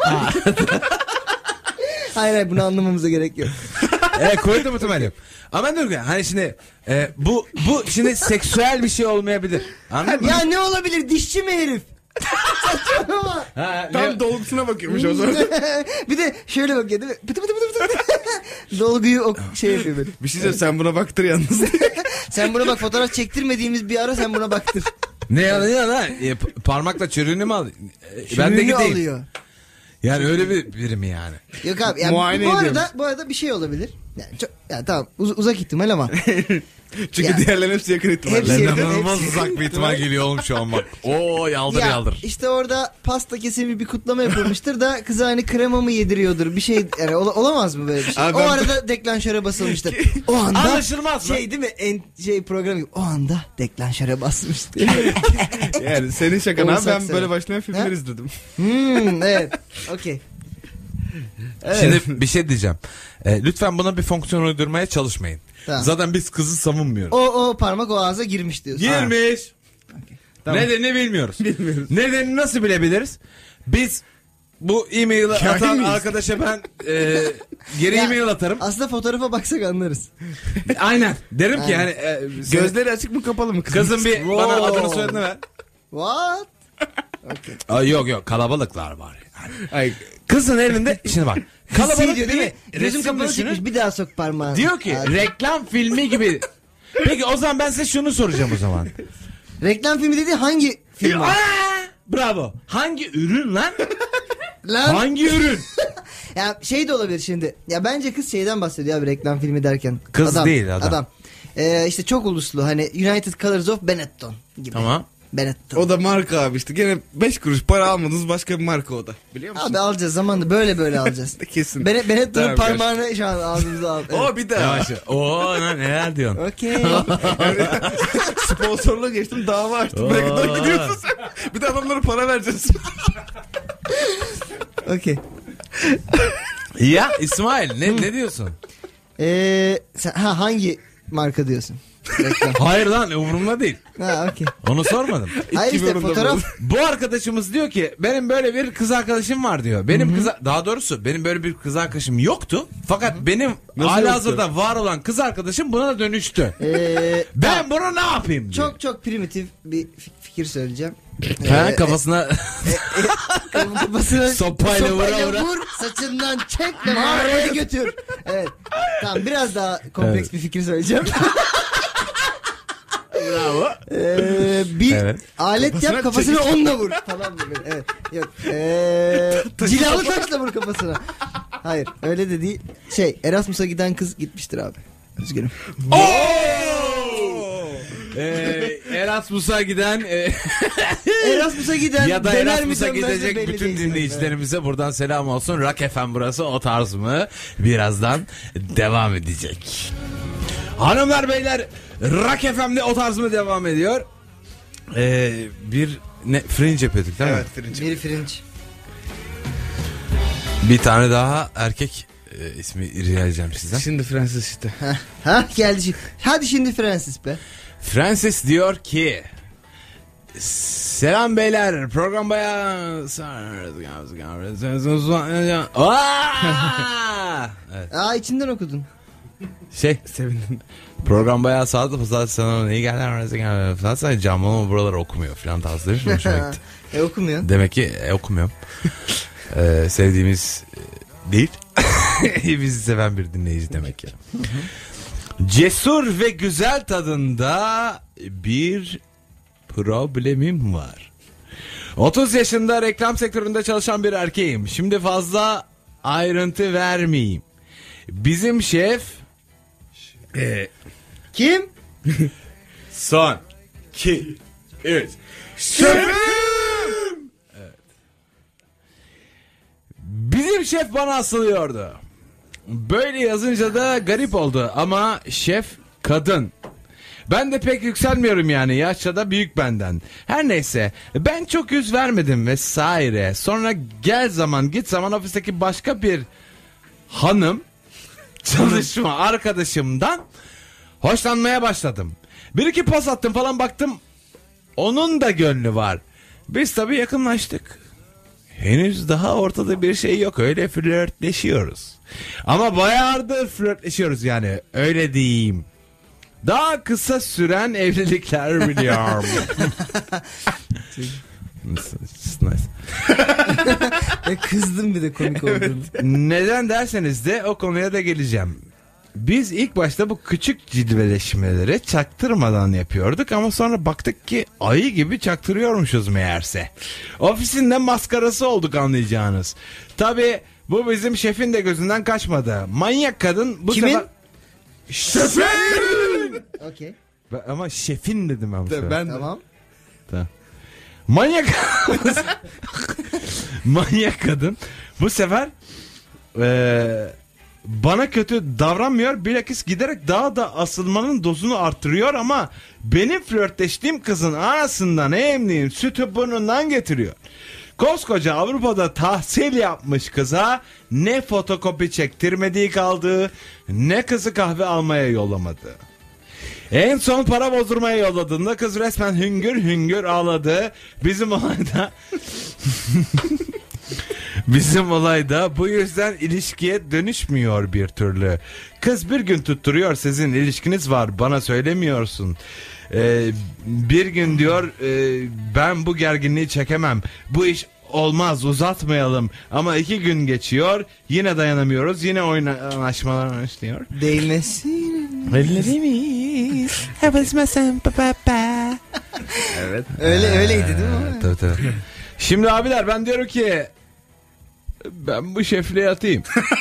Hayır bunu anlamamıza gerek yok. Kuvvetli muhtemel yok. Ama ben diyorum ki hani şimdi bu şimdi seksüel bir şey olmayabilir. Anladın mı? Ya ne olabilir dişçi mi herif? Saçmalama. Ha, Tam dolgusuna bakıyormuş o zaman. Bir de şöyle bakıyor değil mi? Pıtı pıtı pıtı pıtı. Dolguyu şey yapıyor böyle. Bir şey söyleyeyim sen buna baktır yalnız. Sen buna bak fotoğraf çektirmediğimiz bir ara sen buna baktır. ne ya lan? Parmakla çürüğünü mü al? Ben de Şunu gideyim. alıyor. Yani öyle biri mi yani? Yok abi yani Muayene bu arada bir şey olabilir. Yani çok, ya tamam uzak ihtimal ama. Çünkü Ya. diğerlerin hepsi yakın ihtimalle. Hepsi- İnanılmaz uzak bir ihtimal geliyor oğlum şu an bak. Oo yaldır Ya yaldır. işte orada pasta kesimi bir kutlama yapılmıştır da kıza hani krema mı yediriyordur bir şey yani olamaz mı böyle bir şey? Abi o ben- arada deklanşöre basılmıştır. O anda Anlaşılmaz mı? şey değil mi program gibi o anda deklanşöre basmıştır. Yani senin şakan Oğuz abi ben Aksaray. böyle başlayan filmler Ha? izledim. Evet okey. Şimdi bir şey diyeceğim. Lütfen buna bir fonksiyon uydurmaya çalışmayın. Tamam. Zaten biz kızı savunmuyoruz. O parmak o ağza girmiş diyorsun. Girmiş. Tamam. Nedenini bilmiyoruz. Nedenini nasıl bilebiliriz? Biz bu e-mail'i atan miyiz? arkadaşa ben geri Ya, e-mail atarım. Aslında fotoğrafa baksak anlarız. Aynen. Derim ki yani Gözleri açık mı kapalı mı kızım? kızın bir bana Wow. adını soyadını ver. What? Okay. Yok kalabalıklar var. Yani. Ay, Kızın elinde şimdi bak. Kalabalık Şey diyor değil mi? bir Gözüm resim kapalı düşünün. çıkmış bir daha sok parmağını. Diyor ki Abi. reklam filmi gibi. Peki o zaman ben size şunu soracağım o zaman. Reklam filmi dedi hangi film? Aa, bravo. Hangi ürün lan? Lan. Hangi ürün? Ya şey de olabilir şimdi. Ya bence kız şeyden bahsediyor abi reklam filmi derken. Kız değil, adam. İşte çok uluslu hani United Colors of Benetton gibi. Tamam. Benetton. o da marka abi işte. Gene 5 kuruş para almadınız başka bir marka o da. Biliyor musun? Abi alacağız zamanında böyle alacağız. Kesin. Benetton'un Tamam, parmağını şu an ağzımıza al. Evet. O bir daha. Yavaş. Oo lan neler diyorsun? Okey. Sponsorluğa geçtim dava açtım. Ne kadar gidiyorsun sen? Bir de adamlara para vereceğiz. Okey. Ya İsmail ne diyorsun? Sen, hangi marka diyorsun? Reklam. Hayır lan umurumda değil. Ha okey. Onu sormadım. Hayır işte yorumda fotoğraf. Bu arkadaşımız diyor ki benim böyle bir kız arkadaşım var diyor. Benim daha doğrusu benim böyle bir kız arkadaşım yoktu. Fakat benim Nasıl halihazırda var olan kız arkadaşım buna da dönüştü. Ben bunu ne yapayım diyor. Çok primitif bir fikir söyleyeceğim. Ha, kafasına Kafasına Sopayla vura. vur, saçından çek ve mağaraya götür. Evet. Tamam biraz daha kompleks bir fikir söyleyeceğim. Bravo. Bir Evet. alet yap kafasına onunla vur. Tamam mı? Evet. Yok. Cilalı taşla vur kafasına. Hayır öyle de değil. Erasmus'a giden kız gitmiştir abi. Üzgünüm. Erasmus'a giden Erasmus'a giden ya da döner mi Erasmus'a dönmez mi gidecek belli bütün değil. dinleyicilerimize buradan selam olsun. Rock FM burası, o tarz mı? Birazdan devam edecek. Hanımlar beyler, Rock FM'de o tarz mı devam ediyor? Bir fringe yapıyorduk değil mi? Evet, fringe. Bir fringe. Bir tane daha erkek ismi rica edeceğim sizden. Şimdi Francis işte. Geldi şimdi. Hadi şimdi Francis be. Francis diyor ki: selam beyler, program bayağı Evet. İçinden okudun. Sevindim. Program bayağı sağdı, zaten sana iyi geldi, zaten camlama buraları okumuyor falan tarzı demiş mi? Hoşuma gitti. Okumuyorsun. Demek ki okumuyorum. Sevdiğimiz değil. Bizi seven bir dinleyici demek ki. Cesur ve güzel tadında bir problemim var. 30 yaşında reklam sektöründe çalışan bir erkeğim. Şimdi fazla ayrıntı vermeyeyim. Bizim şef Kim? son 2 3 şefim. Evet. Bizim şef bana asılıyordu. Böyle yazınca da garip oldu ama şef kadın. Ben de pek yükselmiyorum yani, yaşça da büyük benden. Her neyse, ben çok yüz vermedim vesaire. Sonra gel zaman git zaman ofisteki başka bir hanım çalışma arkadaşımdan hoşlanmaya başladım. Bir iki pas attım falan, baktım onun da gönlü var. Biz tabii yakınlaştık. Henüz daha ortada bir şey yok, öyle flörtleşiyoruz. Ama bayağıdır flörtleşiyoruz yani, öyle diyeyim. Daha kısa süren evlilikler biliyorum. Nice. Kızdım bir de komik olduğunu. Neden derseniz de o konuya da geleceğim. Biz ilk başta bu küçük cilveleşmeleri çaktırmadan yapıyorduk ama sonra baktık ki ayı gibi çaktırıyormuşuz meğerse. Ofisinde maskarası olduk, anlayacağınız. Tabii bu bizim şefin de gözünden kaçmadı. Manyak kadın bu Kimin? sefer... Şefin! Okey. Ama şefin dedim ben bu sefer. Ben Tamam. Manyak manyak kadın bu sefer bana kötü davranmıyor, bilakis giderek daha da asılmanın dozunu arttırıyor ama benim flörtleştiğim kızın anasından emdiğim sütü burnundan getiriyor. Koskoca Avrupa'da tahsil yapmış kıza ne fotokopi çektirmediği kaldı, ne kızı kahve almaya yollamadı. En son para bozdurmaya yolladığında kız resmen hüngür hüngür ağladı. Bizim olayda bu yüzden ilişkiye dönüşmüyor bir türlü. Kız bir gün tutturuyor, sizin ilişkiniz var, bana söylemiyorsun. Bir gün diyor ben bu gerginliği çekemem, bu iş olmaz, uzatmayalım. Ama 2 gün geçiyor, yine dayanamıyoruz, yine oynaşmalar başlıyor. Değmesin. Ellerimiz hevesmesen papa. Evet. Öyleydi değil mi? Tabii. Şimdi abiler, ben diyorum ki ben bu şefliğe atayım.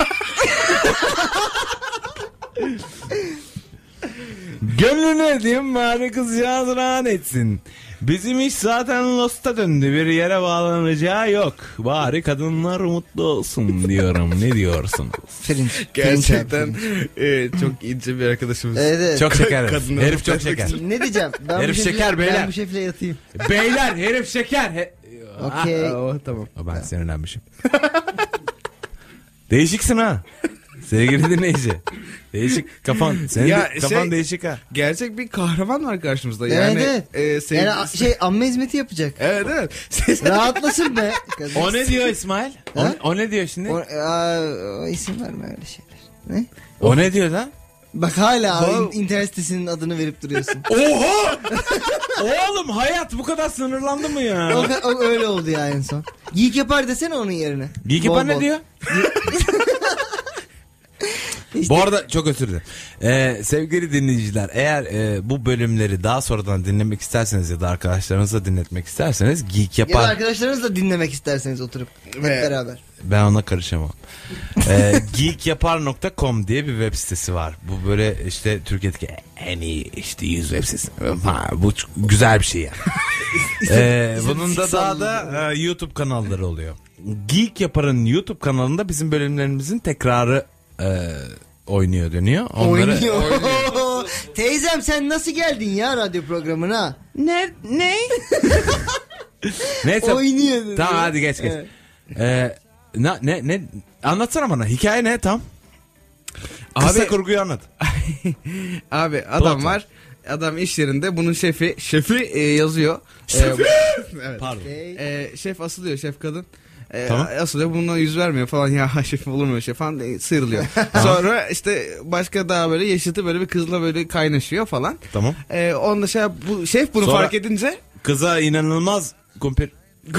Gönlünü edeyim bari kızcağız rahat etsin. Bizim iş zaten Lost'a döndü, bir yere bağlanacağı yok. Bari kadınlar mutlu olsun diyorum. Ne diyorsunuz? Fringe. gerçekten çok ince bir arkadaşımız. Evet. Çok şeker. Kadınlar Herif çok mutlu şeker. Ne diyeceğim? Herif şeker beyler. Ben bu şefle yatayım. Beyler, herif şeker. Okey. Tamam. Ben sinirlenmişim. Değişiksin ha. Sevgili dinleyici. Değişik kafan. Senin Ya kafan değişik ha. Gerçek bir kahraman var karşımızda. Evet, Yani, evet. Yani amme hizmeti yapacak. Evet evet. Rahatlasın be. O ne diyor İsmail? O ne diyor şimdi? O isim verme öyle şeyler. Ne? O ne diyor lan? Bak hala internet sitesinin adını verip duruyorsun. Oha! Oğlum, hayat bu kadar sınırlandı mı ya? O öyle oldu ya en son. Geek yapar desene onun yerine. Geek yapar ne diyor? Bu arada çok özür dilerim. Sevgili dinleyiciler, eğer bu bölümleri daha sonradan dinlemek isterseniz ya da arkadaşlarınızla dinletmek isterseniz Geek Ya da Yapar... arkadaşlarınızla dinlemek isterseniz oturup hep beraber. Ben ona karışamam. Geekyapar.com diye bir web sitesi var. Bu böyle işte Türkiye'deki en iyi işte 100 web sitesi. Bu güzel bir şey yani. Bunun da daha da YouTube kanalları oluyor. Geek Yapar'ın YouTube kanalında bizim bölümlerimizin tekrarı oynuyor dönüyor. Oynuyor. Teyzem sen nasıl geldin ya radyo programına? Ne? Neyse. Oynuyor. Tamam hadi geç. Evet. Ne anlatsana bana, hikaye ne tam? Kısa Abi- kurguyu anlat. Abi adam Plot var. Adam iş yerinde bunun şefi yazıyor. Evet. Pardon. Şef asılıyor, şef kadın. Tamam. Asılıyor, bununla yüz vermiyor falan. Ya şefim olur mu şef falan sıyrılıyor. Sonra işte başka daha böyle yaşıtı böyle bir kızla böyle kaynaşıyor falan. Tamam. Onda bu şef bunu Sonra- fark edince Kıza inanılmaz kumpir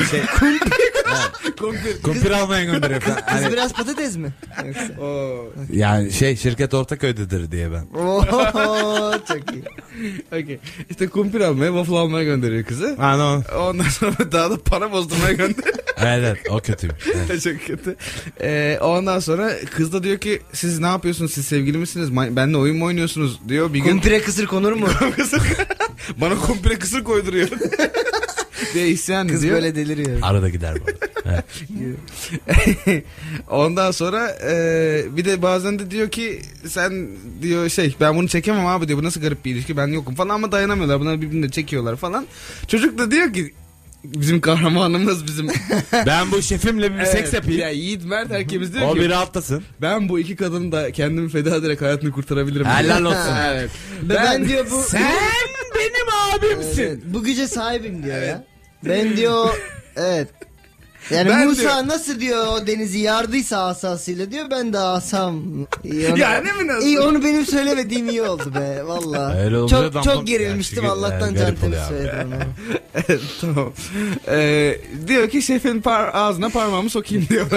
kumpir almaya gönderiyor falan. Kız Hani, biraz patates mi? Yoksa? yani şirket Ortaköy'dedir diye ben. Oo, çok iyi. okay. İşte kumpir almaya, waffle almaya gönderiyor kızı. Ano. Ondan sonra daha da para bozdurmaya gönderiyor. Evet o kötüymüş. Evet. Çok kötü. Ondan sonra kız da diyor ki siz ne yapıyorsunuz, siz sevgili misiniz, benimle oyun mu oynuyorsunuz diyor bir gün. Kumpire kısır konur mu? Bana kumpire kısır koyduruyor. diye isyan Kız ediyor. böyle deliriyor. Arada gider bu arada. Evet. Ondan sonra bir de bazen de diyor ki sen diyor ben bunu çekemem abi diyor, bu nasıl garip bir ilişki, ben yokum falan, ama dayanamıyorlar, bunlar birbirini çekiyorlar falan. Çocuk da diyor ki bizim kahramanımız bizim. Ben bu şefimle bir seks yapayım. Ya Yiğit Mert herkes diyor O ki bir rahatlasın. ben bu iki kadını da kendimi feda ederek hayatını kurtarabilirim. Helal olsun. Evet. Ben diyor bu... Sen benim abimsin. Evet, bu güce sahibim diyor ya. Ben diyor evet. Yani Ben Musa diyor- nasıl diyor o denizi yardıysa asasıyla diyor, ben de asam. Yani mi nasıl? İyi, onu benim söylemediğim iyi oldu be valla. Öyle oluyor da- Çok gerilmiştim, Yani Allah'tan garip can temiz oluyor abi. söyledim onu. Evet, tamam. Diyor ki şefin ağzına parmağımı sokayım diyor.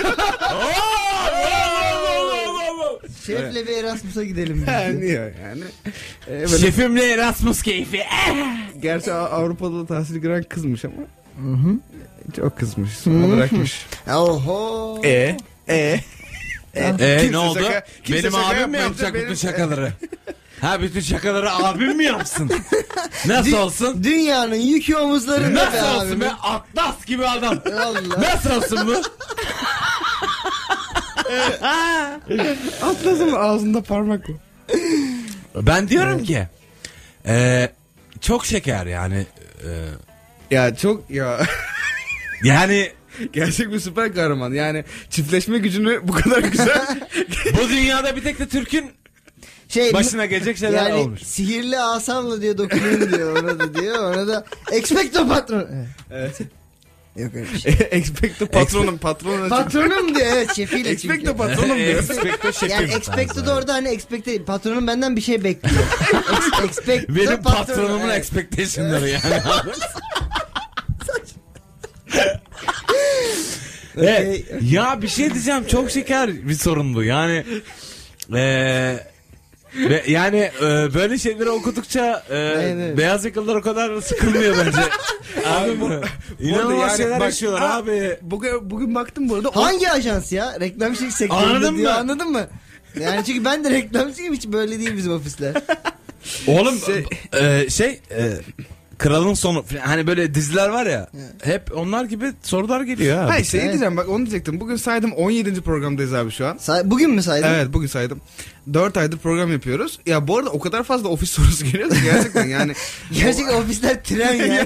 Şefle bir Erasmus'a gidelim biz. diyor yani. Böyle, Şefimle Erasmus keyfi. gerçi Avrupa'da da tahsil gören kızmış ama. Çok kızmış. Sonra bırakmış. Oho. Ne oldu? kimse Benim şaka abim mi yapmayınca yapacak benim- bütün şakaları? Ha, bütün şakaları abim mi yapsın? Nasıl olsun? Dünyanın yükü omuzlarında be Nasıl olsun abi. be? Atlas gibi adam. Vallahi. Nasıl olsun bu? Atlasın ağzında parmak mı? Ben diyorum ki çok şeker yani. Ya çok ya. Yani Gerçek bir süper kahraman. Yani çiftleşme gücünü bu kadar güzel. bu dünyada bir tek de Türk'ün Şey, başına gelecek şeyler yani olmuş. sihirli asamla diyor dokunayım diyor ona da diyor. Ona da expecto patron. Evet. Yok öyle bir şey. Expecto patronum. Patronum diyor, evet, şefiyle çünkü. Expecto patronum diyor. Expecto şefim. Yani expecto da orada hani expecto, patronum benden bir şey bekliyor. Expecto Benim patronum, patronumun evet. expectation'ları yani. Evet. Ya bir şey diyeceğim, çok şeker bir sorun bu yani. Ve yani böyle şeyleri okudukça Evet. beyaz yakalılar o kadar sıkılmıyor bence. Abi bu inanılmaz şeyler yaşıyorlar abi. Bugün baktım bu arada. Hangi ajans ya? Reklamcılık sektöründe Anladın diyor, mı? anladın mı? Yani çünkü ben de reklamcıyım, hiç böyle değil bizim ofisler. Oğlum Kralın Sonu hani böyle diziler var ya, hep onlar gibi sorular geliyor ha. Hayır Evet. diyeceğim, bak onu diyecektim. Bugün saydım 17. programdayız abi şu an. Bugün mü saydın? Evet bugün saydım. 4 aydır program yapıyoruz. Ya bu arada o kadar fazla ofis sorusu geliyor ki gerçekten yani. Gerçekten ofisler tren ya.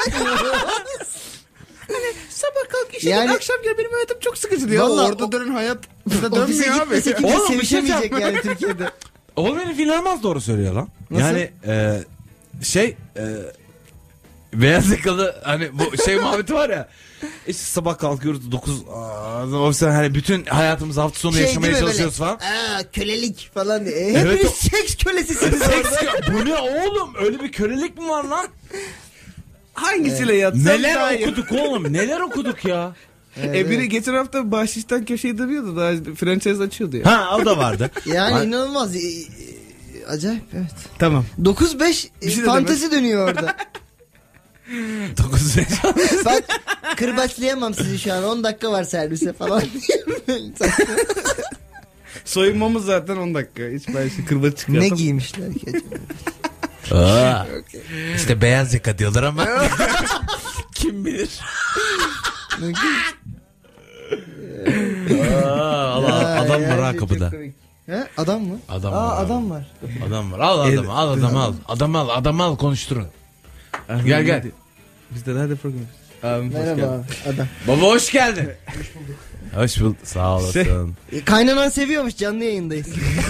Sabah kalk işe Yani- git, akşam gel, benim hayatım çok sıkıcı diyor. Vallahi Orada dönen hayat burada Ofise dönmüyor gitmese abi. kimse Oğlum, bir şey sevişemeyecek yapma. yani Türkiye'de. Oğlum herif inanılmaz doğru söylüyor lan. Nasıl? Yani beyaz yakalı hani bu şey muhabbeti var ya. İşte sabah kalkıyoruz 9 ofise, hani bütün hayatımızı hafta sonu yaşamaya değil mi çalışıyoruz böyle? falan. Kölelik falan diye. Evet, Hepiniz o- seks kölesisiniz orada. Bu ne oğlum? Öyle bir kölelik mi var lan? Hangisiyle yatsam Neler daha iyi. okuduk oğlum? Neler okuduk ya? Biri geçen hafta bahşişten köşeyi dövüyordu. Daha franchise açıyordu ya. Ha o da vardı. Yani inanılmaz. Acayip evet. Tamam. 9-5 Bir şey de fantezi dönüyor orada. 9 Bak kırbaçlayamam sizi şu an 10 dakika var servise falan. Soyunmamız zaten 10 dakika. Hiç ben işte kırbaç çıkartam. Ne giymişler ki acaba? İşte beyaz yaka diyorlar ama kim bilir. Adam var ha kapıda. He? Adam mı? Adam Aa var. adam var. Adam var. Al adamı, al adamı al. Adam al konuşturun. Gel. Biz de nerede program? Merhaba adam. Baba hoş geldin. Hoş bulduk. Sağ olasın. Kaynanan seviyormuş canlı yayındayız.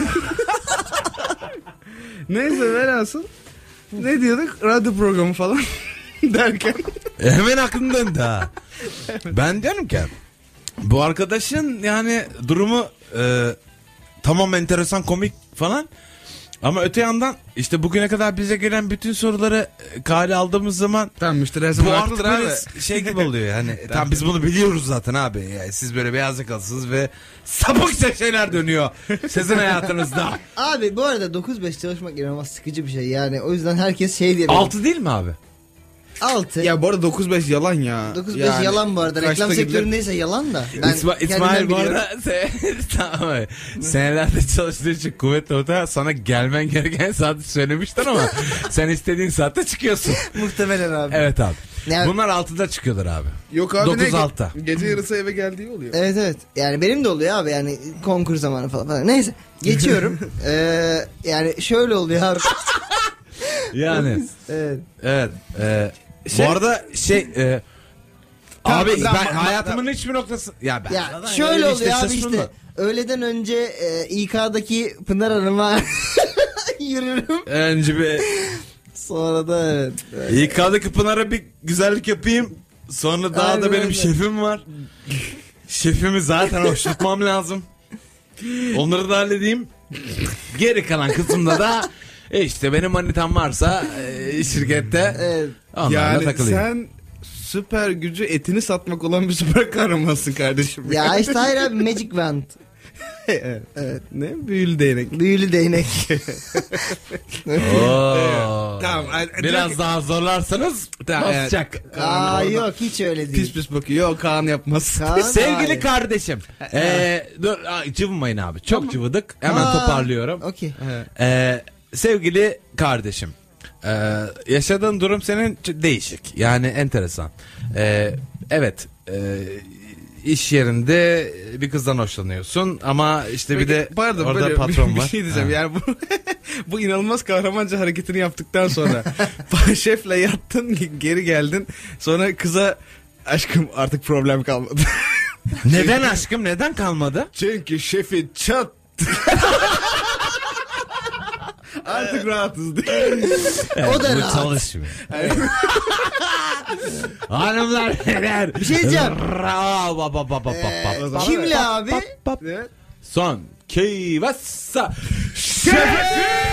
Neyse velhasıl. Ne diyorduk? Radyo programı falan derken. Hemen aklım döndü ha. Ben diyorum ki bu arkadaşın yani durumu tamam enteresan komik falan. Ama öte yandan işte bugüne kadar bize gelen bütün soruları kale aldığımız zaman Tamam müşteri her zaman bu haklıdır artık abi. böyle şey gibi oluyor yani. Tamam biz bunu biliyoruz zaten abi. Yani siz böyle beyaz yakalısınız ve sapıkça şeyler dönüyor sizin hayatınızda. Abi bu arada 9-5 çalışmak inanılmaz sıkıcı bir şey yani. O yüzden herkes şey diye. 6 değil mi abi? 6. Ya bu arada 9-5 yalan ya. 9-5 Yani yalan bu arada. kaçta Reklam gidilir? sektöründeyse yalan da. Ben İsmail bu biliyorum. arada tamam. Senelerde çalıştığı için kuvvetli orta sana gelmen gereken saati söylemişler ama sen istediğin saatte çıkıyorsun. Muhtemelen abi. Evet abi. Yani- Bunlar 6'da çıkıyorlar abi. Yok abi 9-6. Gece yarısı eve geldiği oluyor. Evet. Yani benim de oluyor abi yani konkur zamanı falan. Neyse geçiyorum. Yani şöyle oluyor abi. Yani Evet. evet. Şey- Bu arada Tamam, abi tamam, ben hayatımın hiçbir noktası ya ben Ya zaten şöyle öyle oluyor abi şaşırma. işte. Öğleden önce İK'daki Pınar Hanım'a yürürüm. Önce bir Sonra da evet. İK'daki Pınar'a bir güzellik yapayım. Sonra daha Aynen da benim öyle. şefim var. Şefimi zaten hoşnutmam lazım. Onları da halledeyim. Geri kalan kısımda da işte benim manitam varsa şirkette Evet. onlarla Yani takılayım. sen süper gücü etini satmak olan bir süper kahramansın kardeşim. Ya işte hayır abi Magic Wand. evet. Ne? Büyülü değnek. Büyülü değnek. Oo. Tamam. Biraz daha zorlarsanız basacak. Aa yok hiç öyle değil. Pis pis bakıyor. Yok Kaan yapmaz. Kaan, Sevgili hayır. kardeşim. Dur, cıvımayın abi. Çok cıvıdık. Hemen Aa, toparlıyorum. Okey. Sevgili kardeşim. Yaşadığın durum senin değişik. Yani enteresan. Evet. İş yerinde bir kızdan hoşlanıyorsun ama işte bir de Pardon, orada böyle patron bir var. şey diyeceğim. Ha. Yani bu inanılmaz kahramanca hareketini yaptıktan sonra şefle yattın, geri geldin. Sonra kıza aşkım artık problem kalmadı. Neden aşkım? Neden kalmadı? Çünkü şefi çat. Artık rahatız diye. O da bu rahat. çalışmıyor. Hanımlar neler? Bir şey diyeceğim. Kimle abi? Evet. Son. Keyvassa. Şefim.